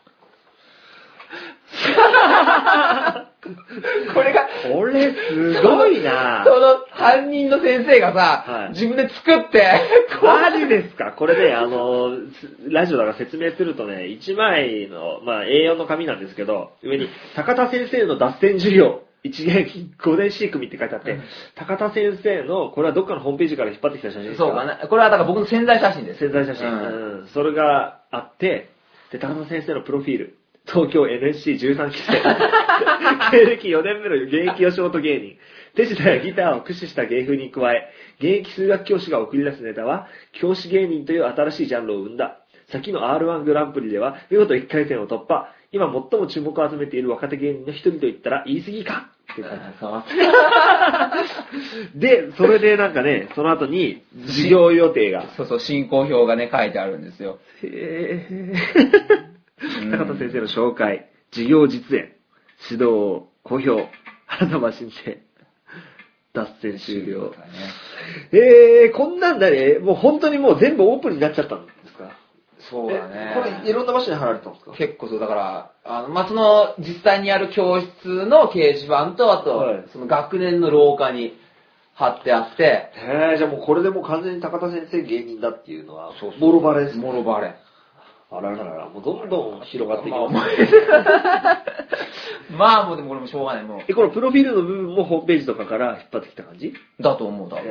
これすごいな。 その担任の先生がさ、自分で作って、 マジですか？これね、ラジオだから説明するとね、1枚の、まあ A4 の紙なんですけど、上に、高田先生の脱線授業、1年5年 C 組って書いてあって、高田先生の、これはどっかのホームページから引っ張ってきた写真ですか？ そうかな。これはだから僕の潜在写真です。 潜在写真。それがあって、で、高田先生のプロフィール。東京 NSC13 期生。経歴4年目の現役吉本芸人。手品やギターを駆使した芸風に加え、現役数学教師が送り出すネタは、教師芸人という新しいジャンルを生んだ。先の R1 グランプリでは、見事1回戦を突破。今最も注目を集めている若手芸人の一人と言ったら言い過ぎかって感じで、それでなんかね、その後に授業予定が。 そう、進行表がね、書いてあるんですよ。 高田先生の紹介、授業実演、指導、講評、花束申請、 脱線終了。 ね、 こんなんだね、もう本当にもう全部オープンになっちゃったんですか？ そうだね。 これいろんな場所に貼られたんですか？ 結構そう、だから、その実際にある教室の掲示板と、あと、その学年の廊下に貼ってあって。 じゃあもうこれでもう完全に高田先生芸人だっていうのは、もろバレですね。 もろバレ。 あららら、もうどんどん広がっていきます。 まあもうでもこれもしょうがない、もう。 このプロフィールの部分もホームページとかから引っ張ってきた感じだと思う、多分。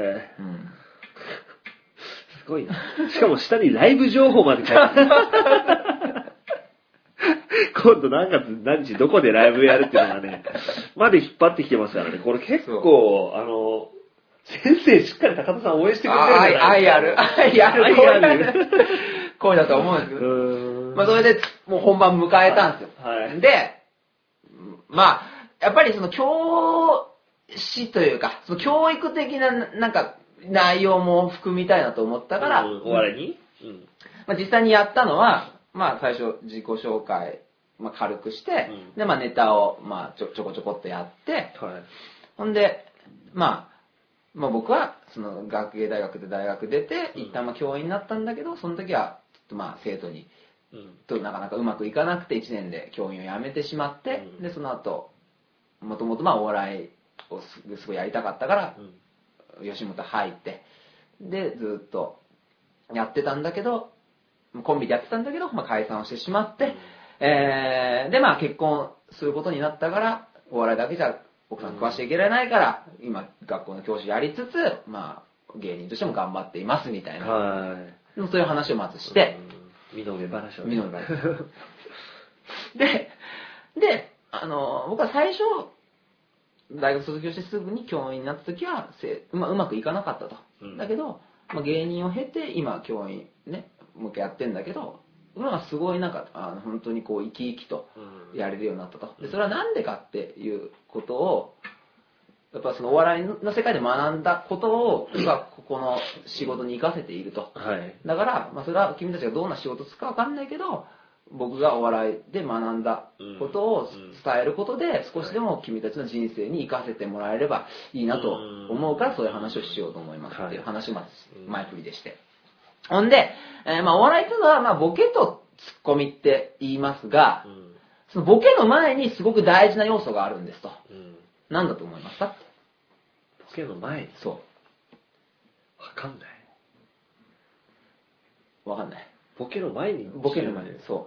すごいな。しかも下にライブ情報まで書いてある。今度何月何日どこでライブやるっていうのがね、まで引っ張ってきてますからね。これ結構、先生しっかり高田さん応援してくれてるんじゃないですか。愛ある。 声だと思うんですけど。まあそれでもう本番迎えたんですよ。はい、で、まあ、やっぱりその教師というか、その教育的ななんか内容も含みたいなと思ったから、 お笑いに、 まあ、実際にやったのは、まあ最初自己紹介、まあ、軽くして、でまあネタをまあちょこちょこっとやって、ほんで、まあ僕はその学芸大学で大学出て、一旦まあ教員になったんだけど、その時はまあ生徒に、となかなかうまくいかなくて1年で教員を辞めてしまって、でその後もともとまあお笑いをすごいやりたかったから、吉本入ってでずっとやってたんだけど、コンビでやってたんだけど、まあ、解散をしてしまって、でまあ結婚することになったから、お笑いだけじゃ奥さん食わしていけられないから、今学校の教師やりつつ、まあ芸人としても頑張っていますみたいな、そういう話をまずして、 身の上話を、 身の上話で僕は最初大学卒業してすぐに教員になった時はうまくいかなかったと、だけど、まあ、芸人を経て今教員ねもう一回やってんだけど、今はすごいなんか本当にこう生き生きとやれるようになったと。でそれはなんでかっていうことを、やっぱそのお笑いの世界で学んだことをがここの仕事に生かせていると、だから、まあ、それは君たちがどんな仕事をするか分かんないけど、僕がお笑いで学んだことを伝えることで、少しでも君たちの人生に生かせてもらえればいいなと思うから、そういう話をしようと思いますっていう話をまず前振りでして、ほんで、まあ、お笑いというのは、まあ、ボケとツッコミって言いますが、そのボケの前にすごく大事な要素があるんですと。何だと思いますか？ ボケの前に？ そう。 わかんない。 わかんない。 ボケの前に？ ボケの前に。そう。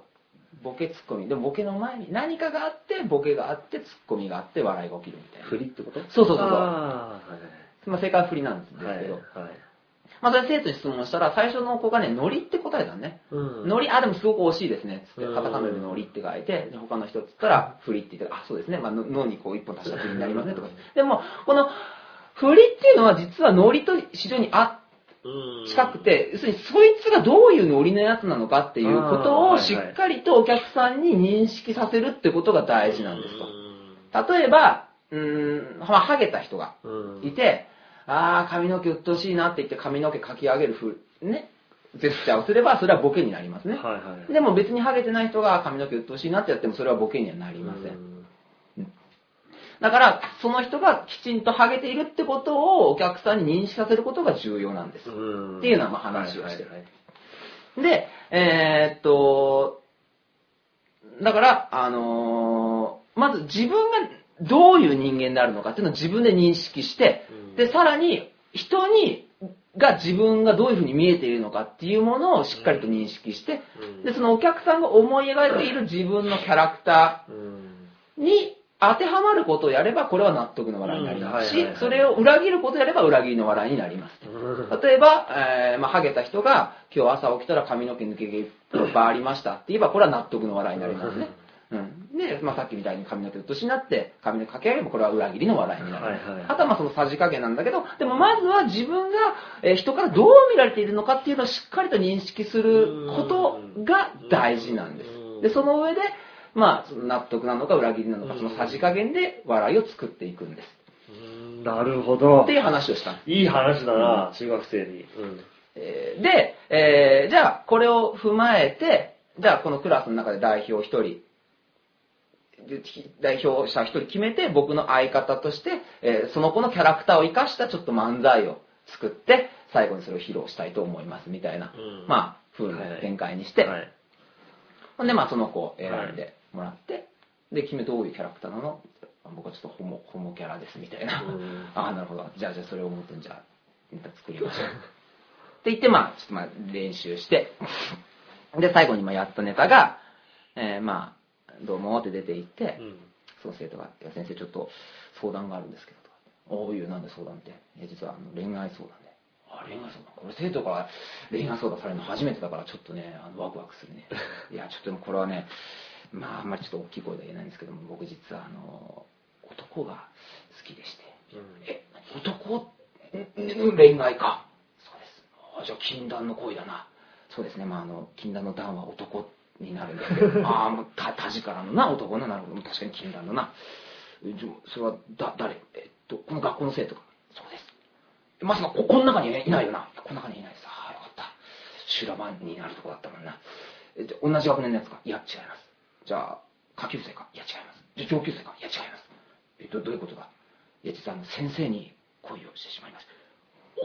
ボケツッコミ。でもボケの前に何かがあって、ボケがあって、ツッコミがあって、笑いが起きるみたいな。 振りってこと？ そう。まあ、正解は振りなんですけど。まあ、それ生徒に質問したら、最初の子がね、ノリって答えたね。ノリ、でもすごく惜しいですね。つって、カタカナでノリって書いて、で他の人っつったら、振りって言って、そうですね。まあ、脳にこう一本足した振りになりますね。とか。でも、この、振りっていうのは実はノリと非常に近くて、要するにそいつがどういうノリのやつなのかっていうことをしっかりとお客さんに認識させるってことが大事なんですと。例えば、まあ、ハゲた人がいて、髪の毛うっとうしいなって言って髪の毛かき上げるね、ジェスチャーをすればそれはボケになりますね。でも別にハゲてない人が髪の毛うっとうしいなってやってもそれはボケにはなりません。だからその人がきちんとハゲているってことをお客さんに認識させることが重要なんですっていうのはまあ話をしてる。で、だからまず自分がどういう人間であるのかっていうのを自分で認識して、でさらに人が自分がどういうふうに見えているのかっていうものをしっかりと認識して、でそのお客さんが思い描いている自分のキャラクターに当てはまることをやればこれは納得の笑いになりますし、それを裏切ることをやれば裏切りの笑いになります。例えば、まあ、ハゲた人が今日朝起きたら髪の毛抜け毛がありましたって言えばこれは納得の笑いになりますね。で、まあ、さっきみたいに髪の毛うっとしになって髪の毛かけ上げればこれは裏切りの笑いになる。あとはまあそのさじ加減なんだけど、でもまずは自分が人からどう見られているのかっていうのをしっかりと認識することが大事なんです。でその上でまあ納得なのか裏切りなのかそのさじ加減で笑いを作っていくんです。 なるほど。 っていう話をした。 いい話だな、中学生に。 で、じゃあこれを踏まえて、じゃあこのクラスの中で代表1人代表者一人決めて、僕の相方として、その子のキャラクターを生かしたちょっと漫才を作って、最後にそれを披露したいと思いますみたいな、まあ、風な展開にして、ほんで、まあ、その子を選んでもらって、で、決めどういうキャラクターなの？僕はちょっとホモキャラですみたいな。ああ、なるほど。じゃあそれをもとに、じゃあ、ネタ作りましょう。って言って、まあ、ちょっとまあ、練習して、で、最後にまあやったネタが、まあ、どうもって出て行って、その生徒が、いや、先生ちょっと相談があるんですけど、おういう、なんで相談って。実は恋愛相談で。恋愛相談。これ生徒から恋愛相談されるの初めてだから、ちょっとね、ワクワクするね。いや、ちょっとこれはね、まあ、あんまりちょっと大きい声で言えないんですけども、僕実は男が好きでして。男恋愛か。そうです。じゃあ禁断の恋だな。そうですね。まあ禁断の断は男になるんだけど、田力のな男な、なるほど。確かに禁断だな。それは誰？この学校の生徒か。そうです。まさかこの中にいないよな。この中にいないです。ああ、よかった。修羅場になるとこだったもんな。同じ学年のやつか。いや、違います。じゃあ、下級生か。いや、違います。じゃあ、上級生か。いや、違います。どういうことだ？いや、実は先生に恋をしてしまいました。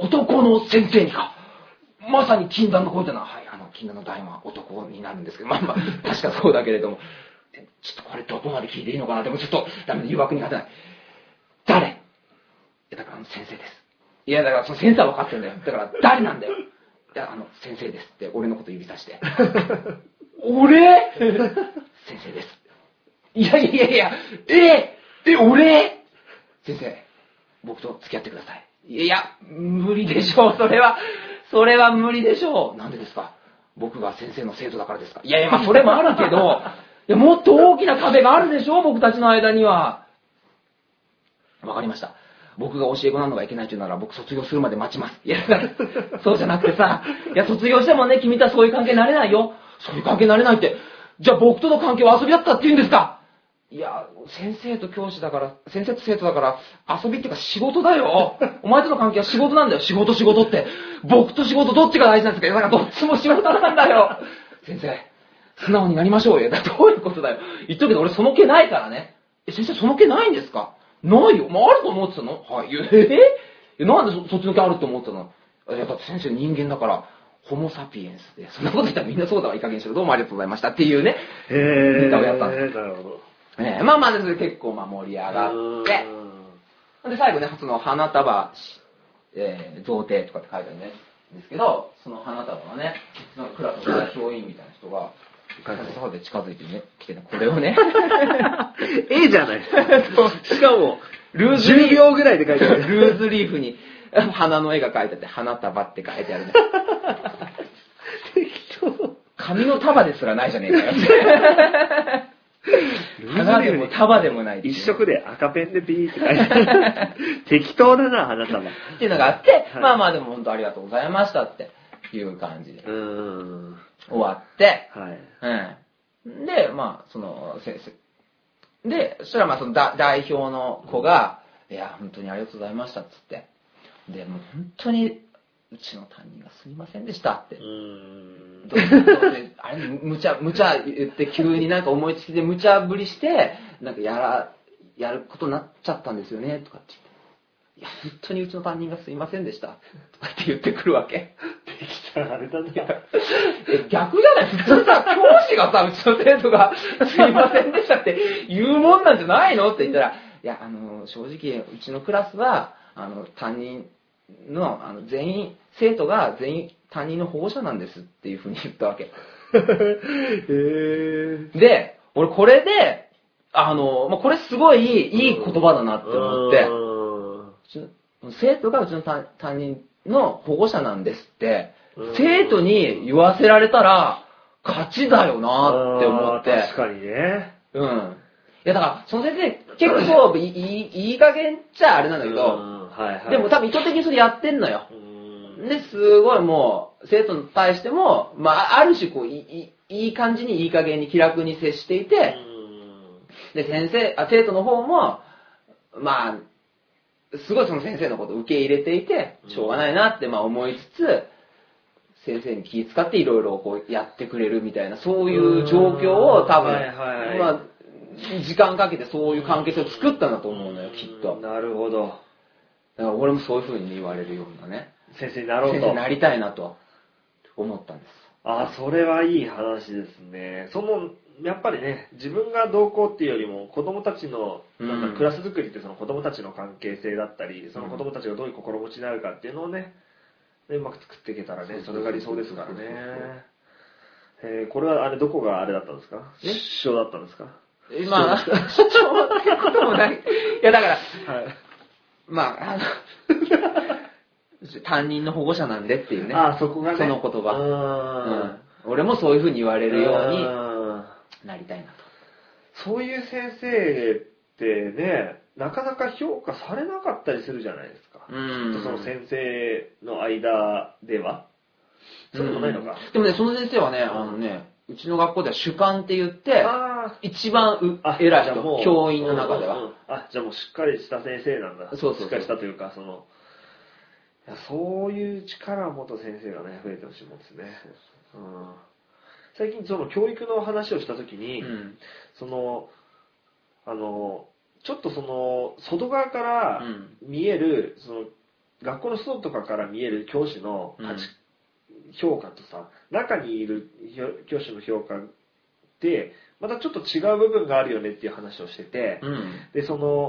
男の先生にか。まさに禁断の恋というのは、はい、禁断の大魔は男になるんですけど、まあまあ、確かそうだけれども、ちょっとこれどこまで聞いていいのかな。でもちょっと、ダメだ、誘惑に勝てない。誰？いや、だから先生です。いや、だからその先生は分かってるんだよ。だから誰なんだよ。いや、先生ですって俺のこと指さして。俺？先生です。いや、俺？先生、僕と付き合ってください。いや、無理でしょう、それは無理でしょう。なんでですか？僕が先生の生徒だからですか？いや、まあそれもあるけど、いや、もっと大きな壁があるでしょう、僕たちの間には。わかりました。僕が教え子なのがいけないというなら僕卒業するまで待ちます。いや、そうじゃなくてさ、いや、卒業してもね、君とはそういう関係になれないよ。そういう関係になれないって、じゃあ僕との関係は遊びだったって言うんですか？いや、先生と教師だから、先生と生徒だから、遊びっていうか仕事だよ。お前との関係は仕事なんだよ。仕事って。僕と仕事どっちが大事なんですか？だからどっちも仕事なんだよ。先生、素直になりましょうよ。どういうことだよ。言っとくけど俺その気ないからね。先生その気ないんですか？ないよ。まあ、あると思ってたの？はい。なんでそっちの気あると思ってたの？だって先生人間だから、ホモサピエンスで、そんなこと言ったらみんなそうだわ、いい加減にしろ。どうもありがとうございましたっていうね。ネタをやったんです。 なるほど。 まあまあ、結構盛り上がって、で、最後ね、その花束、贈呈とかって書いてあるんですけど、その花束のね、そのクラスの代表員みたいな人が、そうで近づいてね、来てね、これをね。 絵じゃないですか。しかも、10秒ぐらいで書いてある。 ルーズリーフに花の絵が描いてあって、花束って書いてあるね。紙の束ですらないじゃねえかよ。花でも束でもない。 一色で赤ペンでピーって書いてある。適当だな、花束。 っていうのがあって、まあまあでも本当ありがとうございましたっていう感じで。終わって、で、まあ、その先生。で、そしたらまあその代表の子が、いや、本当にありがとうございましたっつって。で、もう本当に、うちの担任がすいませんでしたって。あれ、無茶言って急になんか思いつきで無茶ぶりして、なんかやることになっちゃったんですよね、とかって言って。いや、本当にうちの担任がすいませんでした。とかって言ってくるわけ。 できたらあれだな。 逆じゃない？普通さ、教師がさ、うちの生徒がすいませんでしたって言うもんなんじゃないのって言ったら、いや、正直、うちのクラスは、担任の、全員、生徒が全員担任の保護者なんですっていうふうに言ったわけ。で、俺これで、これすごいいい言葉だなって思って、生徒がうちの担任の保護者なんですって、生徒に言わせられたら勝ちだよなって思って。 確かにね。 うん。いやだから、その先生結構いい加減っちゃあれなんだけど、でも多分意図的にそれやってんのよ。で、すごいもう、生徒に対しても、まあ、ある種こう、いい感じにいい加減に気楽に接していて、で、生徒の方も、まあ、すごいその先生のことを受け入れていて、しょうがないなってまあ思いつつ、先生に気遣っていろいろこうやってくれるみたいな、そういう状況を多分、まあ、 時間かけてそういう関係性を作ったんだと思うのよ、きっと。 なるほど。 だから俺もそういう風に言われるようなね。 先生になろうと。 先生になりたいなと思ったんです。 それはいい話ですね。やっぱりね、自分がどうこうっていうよりも、子供たちの、クラス作りってその子供たちの関係性だったり、その子供たちがどういう心持ちになるかっていうのをね、うまく作っていけたらね、それが理想ですからね。これはどこがあれだったんですか？出生だったんですか？ 出生ってこともない。いやだから、はい、担任の保護者なんでっていうね。 そこがね。 その言葉。俺もそういう風に言われるようになりたいなと。 そういう先生ってね、なかなか評価されなかったりするじゃないですか。その先生の間では。そういうのもないのか。 でもね、その先生はね、うちの学校では主幹って言って、一番偉い人、教員の中では。 じゃあもうしっかりした先生なんだ。 そうしっかりしたというか、そういう力を持った先生がね、増えてほしいもんですね。最近その教育の話をしたときに、ちょっと外側から見える、学校の外とかから見える教師の評価とさ、中にいる教師の評価って、またちょっと違う部分があるよねっていう話をしてて、で、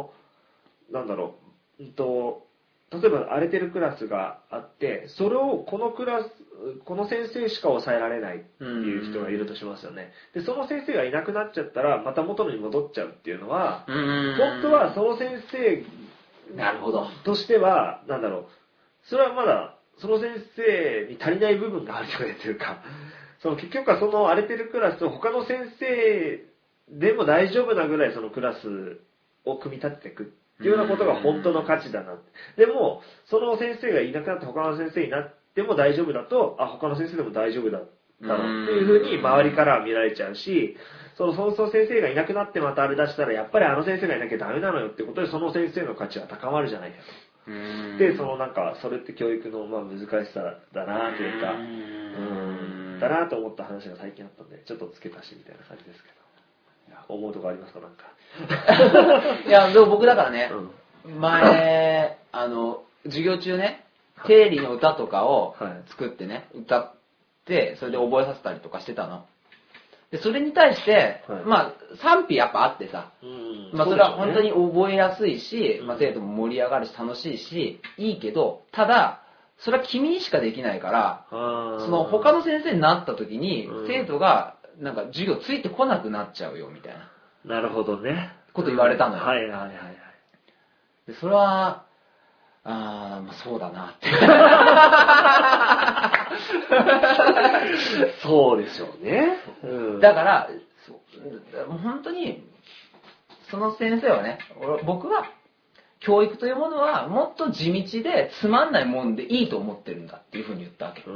例えば荒れてるクラスがあって、それをこの先生しか抑えられないっていう人がいるとしますよね。で、その先生がいなくなっちゃったら、また元に戻っちゃうっていうのは、本当はその先生としては、それはまだ、その先生に足りない部分があるよねというか、結局はその荒れてるクラスと他の先生でも大丈夫なぐらいそのクラスを組み立てていくっていうようなことが本当の価値だな。でも、その先生がいなくなって他の先生になっても大丈夫だと、他の先生でも大丈夫だろうっていうふうに周りからは見られちゃうし、その先生がいなくなってまたあれ出したら、やっぱりあの先生がいなきゃダメなのよってことで、その先生の価値は高まるじゃないかと。で、それって教育の難しさだなというか、だなと思った話が最近あったんで、ちょっと付け足しみたいな感じですけど。思うとこありますか、なんか。 いや、でも僕だからね、前、授業中ね、定理の歌とかを作ってね、歌って、それで覚えさせたりとかしてたの。で、それに対して、賛否やっぱあってさ、それは本当に覚えやすいし、生徒も盛り上がるし楽しいし、いいけど、ただ、それは君にしかできないから、他の先生になった時に、生徒が、授業ついてこなくなっちゃうよ、みたいな。 なるほどね。 こと言われたのよ。 はいはいはいはい。 で、それは、そうだなって。 そうでしょうね。 だから、本当に、その先生はね、僕は、教育というものはもっと地道でつまんないもんでいいと思ってるんだっていうふうに言ったわけ。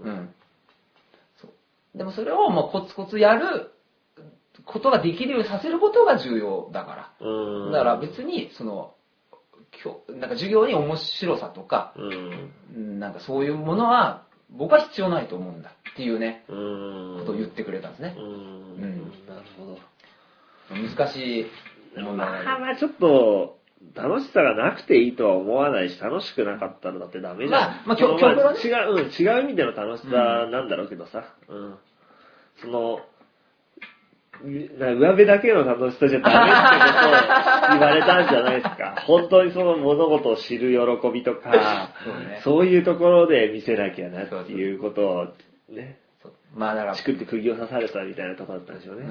でもそれをコツコツやることができるようにさせることが重要だから。だから別に授業に面白さとか、そういうものは僕は必要ないと思うんだっていうね、ことを言ってくれたんですね。なるほど。難しい問題。 ちょっと楽しさがなくていいとは思わないし、楽しくなかったらだってダメじゃん。 曲はね、 違う意味での楽しさなんだろうけどさ。上辺だけの楽しさじゃダメってことを言われたんじゃないですか。本当にその物事を知る喜びとか、そういうところで見せなきゃなっていうことをね、チクって釘を刺されたみたいなところだったんでしょうね。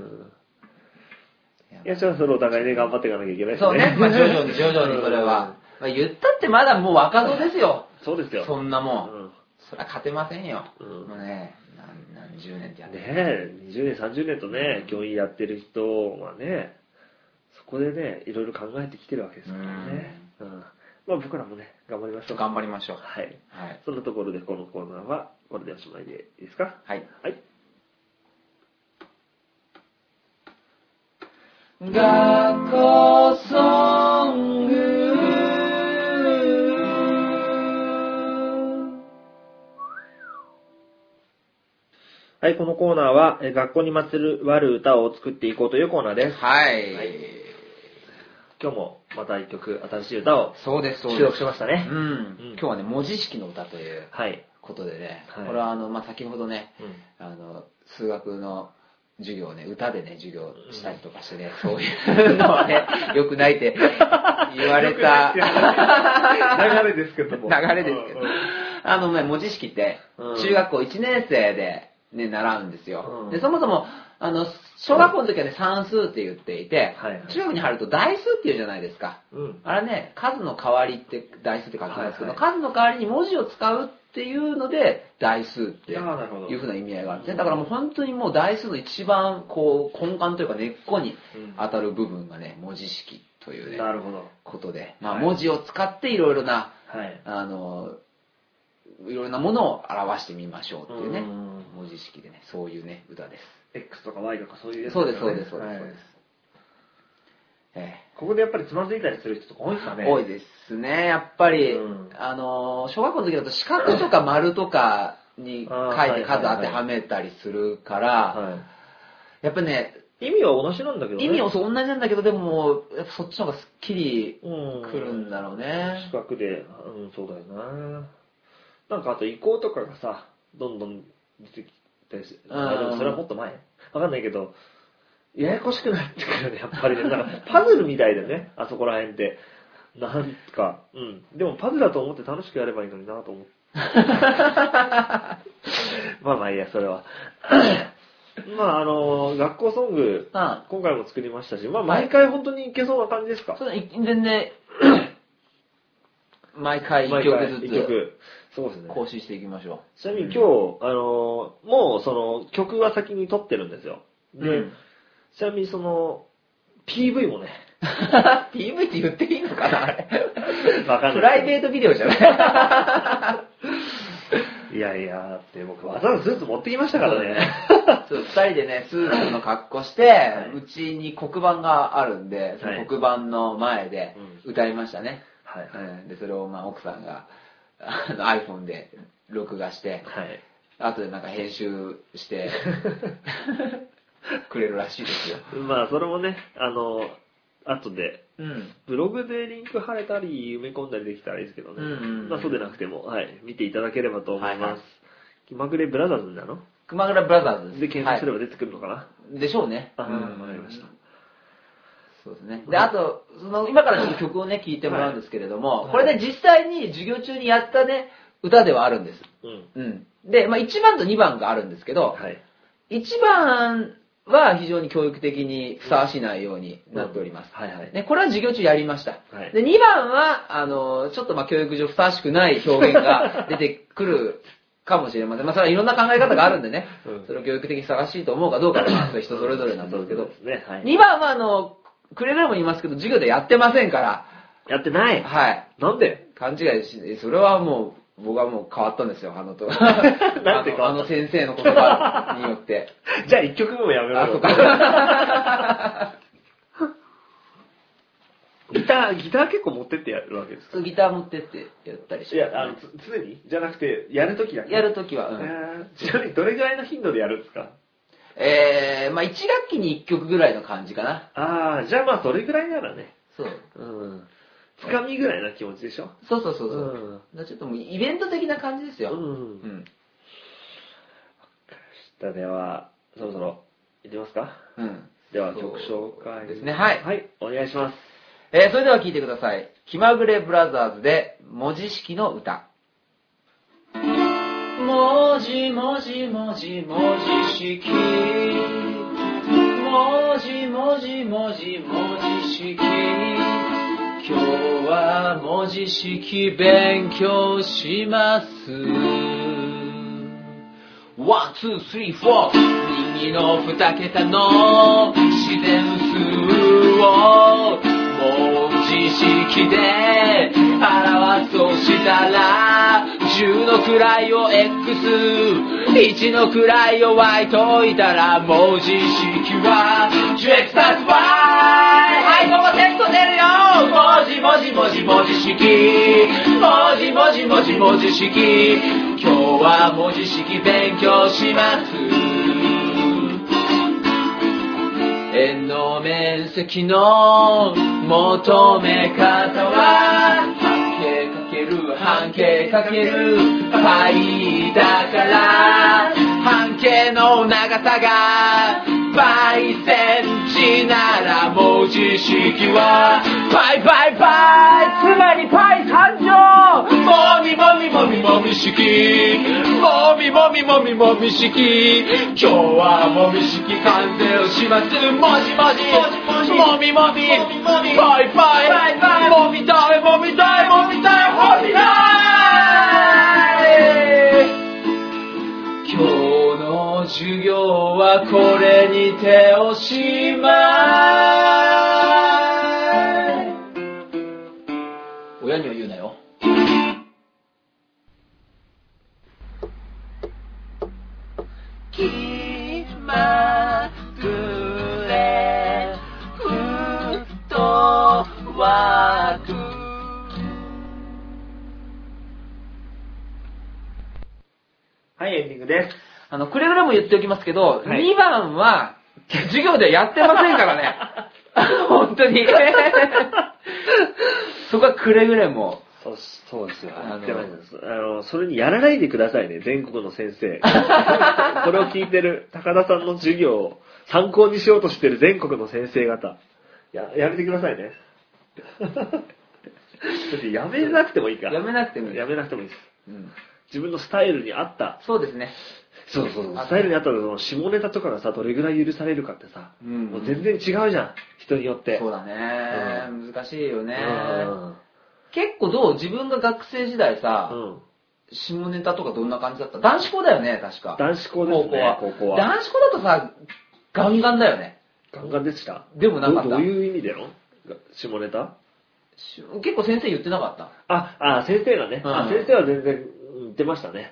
いや、じゃあそのお互いね、頑張っていかなきゃいけないですね。 そうね、徐々にそれは。言ったってまだもう若造ですよ。 そうですよ。 そんなもん。そりゃ勝てませんよ。もうね、何十年ってやってね20年、30年とね、教員やってる人はね、そこでね、いろいろ考えてきてるわけですからね。僕らもね、頑張りましょう。 頑張りましょう。 はい。そんなところでこのコーナーは、これでおしまいでいいですか？ はい。 はい。 学校ソング。 ははい、このコーナーは、学校にまつわる歌を作っていこうというコーナーです。 はい。 今日もまた一曲、新しい歌を収録しましたね。 今日はね、文字式の歌ということでね、これは先ほどね、数学の授業をね、歌でね、授業したりとかしてね、そういうのはね、良くないって言われた流れですけども。 流れですけど。文字式って、中学校1年生でね、習うんですよ。で、そもそも、小学校の時はね、算数って言っていて、中学に入ると代数って言うじゃないですか。あれね、数の代わりって代数って書きますけど、数の代わりに文字を使うっていうので、代数っていうふうな意味合いがあるんですね。だからもう本当にもう代数の一番こう根幹というか根っこに当たる部分がね、文字式というね、ことで、文字を使っていろいろな、いろいろなものを表してみましょうっていうね、文字式でね、そういうね、歌です。 X とか Y とかそういうやつですね。そうです。 ここでやっぱりつまずいたりする人とか多いですかね。 多いですね。やっぱり、小学校の時だと四角とか丸とかに書いて数当てはめたりするから、やっぱね、 意味は同じなんだけどね。 意味は同じなんだけど、でも、やっぱそっちの方がすっきりくるんだろうね。 四角で、そうだよな。なんかあと移行とかがさ、どんどん出てきたりする。でもそれはもっと前わかんないけど、ややこしくなってくるね、やっぱりね。なんかパズルみたいだね、あそこら辺って。なんか、でもパズルだと思って楽しくやればいいのになと思って。まあいいや、それは。学校ソング、今回も作りましたし、毎回本当にいけそうな感じですか？ 全然、毎回1曲ずつ。 そうですね。 更新していきましょう。ちなみに今日、もうその曲は先に撮ってるんですよ。で、ちなみにその、PV もね。 PV って言っていいのかなあれ。 わかんない。 プライベートビデオじゃないいやいや、って僕わざわざスーツ持ってきましたからね。 2人でね、スーツの格好して、うちに黒板があるんで、その黒板の前で歌いましたね。で、それを奥さんが、iPhone で録画して、後でなんか編集してくれるらしいですよ。 それもね、後で、ブログでリンク貼れたり埋め込んだりできたらいいですけどね。そうでなくても、見ていただければと思います。気まぐれブラザーズなの？ 気まぐれブラザーズで検索すれば出てくるのかな？ でしょうね。 わかりました。 そうですね。で、あと、今からちょっと曲をね、聴いてもらうんですけれども、これね、実際に授業中にやったね、歌ではあるんです。で、1番と2番があるんですけど、1番は非常に教育的にふさわしい内容になっております。これは授業中やりました。で、2番は、ちょっと教育上ふさわしくない表現が出てくるかもしれません。それはいろんな考え方があるんでね、それを教育的にふさわしいと思うかどうかは、それ人それぞれなんですけど、2番はくれぐれも言いますけど、授業でやってませんから。 やってない？なんで？ 勘違いし、それはもう、僕はもう変わったんですよ、なんで先生の言葉によって。 じゃあ1曲目もやめろよ。ギター結構持ってってやるわけですか？ ギター持ってってやったりして。 いや、常にじゃなくて、やるときだけ。 やるときは。 ちなみにどれぐらいの頻度でやるんですか ？1学期に1曲ぐらいの感じかな。 じゃあそれぐらいならね。 そう。 つかみぐらいな気持ちでしょ？ そう。ちょっともうイベント的な感じですよ。 では、そろそろ、いってみますか？では、曲紹介ですね。はい、 お願いします。 それでは聴いてください。気まぐれブラザーズで、文字式の歌。文字文字文字文字式。文字文字文字文字式。今日は文字式勉強します。ワン、ツー、スリー、フォー。右の2桁の自然数を文字式で表すとしたら、10の位を X、1の位を Y といたら、文字式は 10X プラス Y。 はい、ここテスト出るよ。文字文字文字文字式。文字文字文字文字式。今日は文字式勉強します。 面積の求め方は半径かけるパイだから、半径の長さが倍センチなら文字式はパイパイパイ、つまりパイ誕生。もみもみもみもみ式、もみもみもみもみ式、今日はもみ式完成をします。もじもじもみもみパイパイ、もみたいもみたいもみたいもみたい。今日の授業はこれにておしまい。親には言うなよ。気まぐれフットワーク。 はい、エンディングです。 くれぐれも言っておきますけど、はい、2番は授業ではやってませんからね。本当に。そこはくれぐれも。 そうですよ。それにやらないでくださいね、全国の先生。これを聞いてる高田さんの授業を参考にしようとしてる全国の先生方。やめてくださいね。やめなくてもいいか。 やめなくてもいい。 やめなくてもいいです。うん、自分のスタイルに合った。 そうですね。 そう。スタイルに合った下ネタとかがさ、どれぐらい許されるかってさ、もう全然違うじゃん。人によって。 そうだね。難しいよね。結構自分が学生時代さ、下ネタとかどんな感じだった？男子校だよね、確か。 男子校ですね、高校は。 男子校だとさ、ガンガンだよね。 ガンガンでした。 でもなかった。 どういう意味での下ネタ？ 結構先生言ってなかった。 先生がね。先生は全然言ってましたね。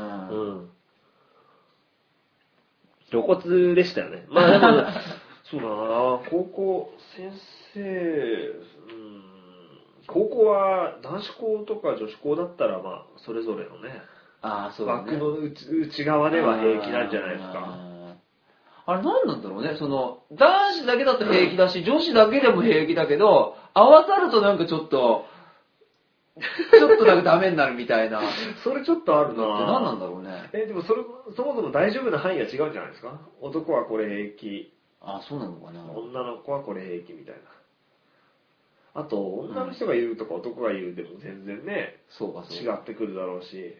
露骨でしたよね。まあでも、そうだな、高校、先生、高校は男子校とか女子校だったら、まあ、それぞれのね、 そうだね、 枠の内側では平気なんじゃないですか。 あれ何なんだろうね、男子だけだと平気だし、女子だけでも平気だけど、合わさるとなんかちょっとなんかダメになるみたいな。 それちょっとあるな。 何なんだろうね。 でもそもそも大丈夫な範囲が違うんじゃないですか。男はこれ平気。 そうなのかな。 女の子はこれ平気みたいな。あと、女の人が言うとか男が言うでも全然ね、違ってくるだろうし。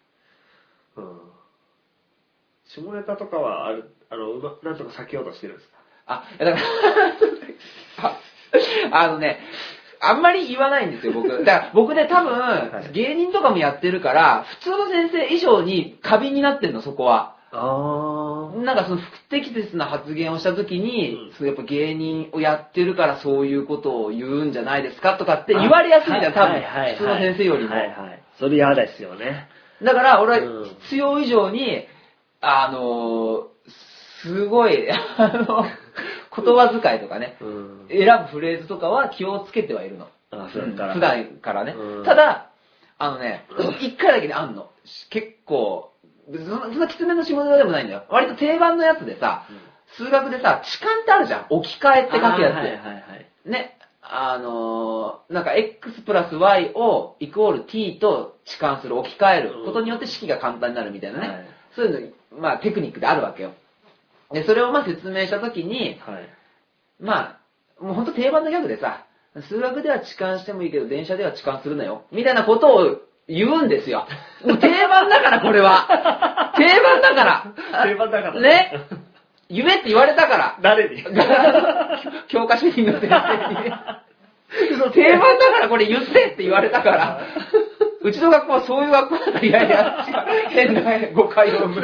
下ネタとかはなんとか避けようとしてるんですか。 だからあんまり言わないんですよ、僕。だから僕ね、多分、芸人とかもやってるから、普通の先生以上に過敏になってるの、そこは。なんか不適切な発言をした時に、やっぱ芸人をやってるからそういうことを言うんじゃないですかとかって言われやすいんだよ、多分。普通の先生よりも。 それ嫌ですよね。 だから俺は必要以上に、すごい、言葉遣いとかね、選ぶフレーズとかは気をつけてはいるの。普段からね。ただ、一回だけであんの。結構、そんなきつめの下ネタでもないんだよ。割と定番のやつでさ、数学でさ、置換ってあるじゃん。置き換えって書くやつ。ね。なんか x プラス y をイコール t と置換する、置き換えることによって式が簡単になるみたいなね。そういうの、まあテクニックであるわけよ。で、それをまあ説明したときに、まあ、もうほんと定番のギャグでさ、数学では置換してもいいけど、電車では置換するなよ。みたいなことを言うんですよ。もう定番だから、これは。定番だから。 定番だから。 ね。夢って言われたから。 誰に教科主任の先生に。定番だからこれ言ってって言われたから。うちの学校はそういう学校だから、いやいや、変な誤解を生む。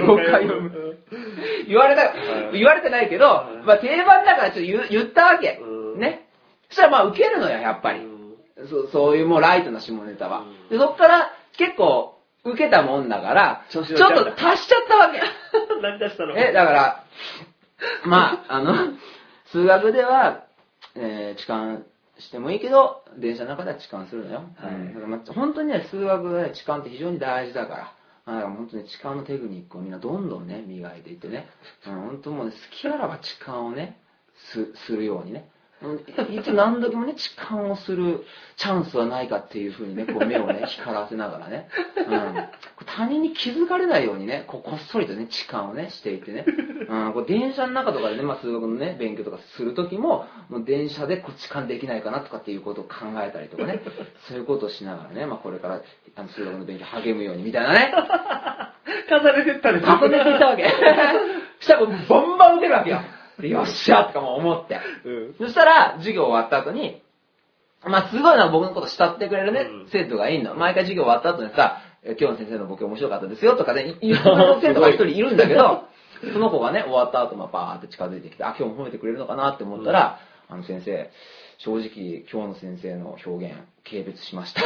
言われてないけど、まあ定番だからちょっと言ったわけ。ね。そしたらまあ受けるのよ、やっぱり。そういうもうライトな下ネタは。で、そっから結構受けたもんだから、ちょっと足しちゃったわけ。 何足したの？ だから、まあ、数学では、置換してもいいけど、電車の中では置換するのよ。だからまあ、本当にね、数学で置換って非常に大事だから。だから本当に置換のテクニックをみんなどんどんね、磨いていってね。本当もうね、好きあらば置換をね、 するようにね。いつ何時もね、痴漢をするチャンスはないかっていう風にね、こう目をね、光らせながらね、他人に気づかれないようにね、こっそりとね、痴漢をね、していてね、こう電車の中とかでね、数学のね、勉強とかするときも、もう電車で痴漢できないかなとかっていうことを考えたりとかね、そういうことをしながらね、これから数学の勉強励むようにみたいなね、 重ねてったね。 重ねていったわけ。そしたらもうバンバン打てるわけよ。よっしゃとかも思って。そしたら、授業終わった後に、すごいな、僕のこと慕ってくれるね、生徒がいいの。毎回授業終わった後にさ、今日の先生のボケ面白かったですよとかね、言ってくれる生徒が一人いるんだけど、その子がね、終わった後バーって近づいてきて、今日も褒めてくれるのかなって思ったら、先生、正直、今日の先生の表現、軽蔑しました。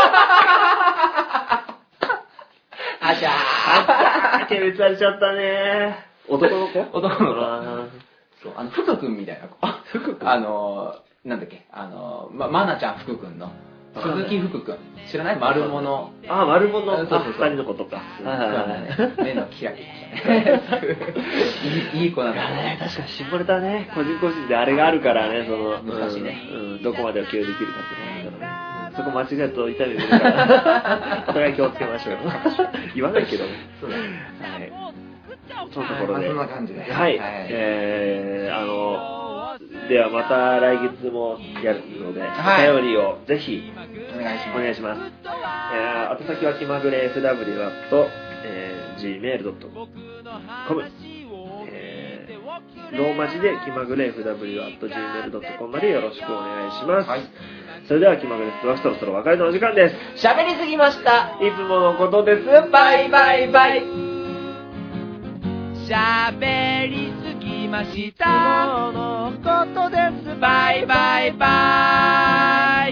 あちゃー。軽蔑されちゃったね。男の子？ 男の子。そう、福くんみたいな子。福くん？なんだっけ、まなちゃん福くんの。鈴木福くん。知らない？丸物。 丸物。 そう、 二人の子とか。 目のキラキラしたね。いい子なんだね。 確かに絞れたね。個人個人であれがあるからね、 難しいね。 どこまで共有できるかってね。そこ間違えると痛み出るから、お互い気をつけましょう。言わないけどね。そうだね。はい。そのところで。 そんな感じで。 はい。ではまた来月もやるので、お便りをぜひお願いします。 宛先は気まぐれfw@gmail.com、ローマ字で気まぐれ fw@gmail.com までよろしくお願いします。はい。それでは気まぐれストはそろそろ別れのお時間です。 喋りすぎました。 いつものことです。 バイバイバイ。 喋りすぎました。いつものことです。バイバイバイ。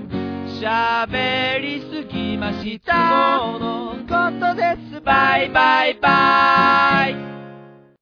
喋りすぎました。いつものことです。バイバイバイ。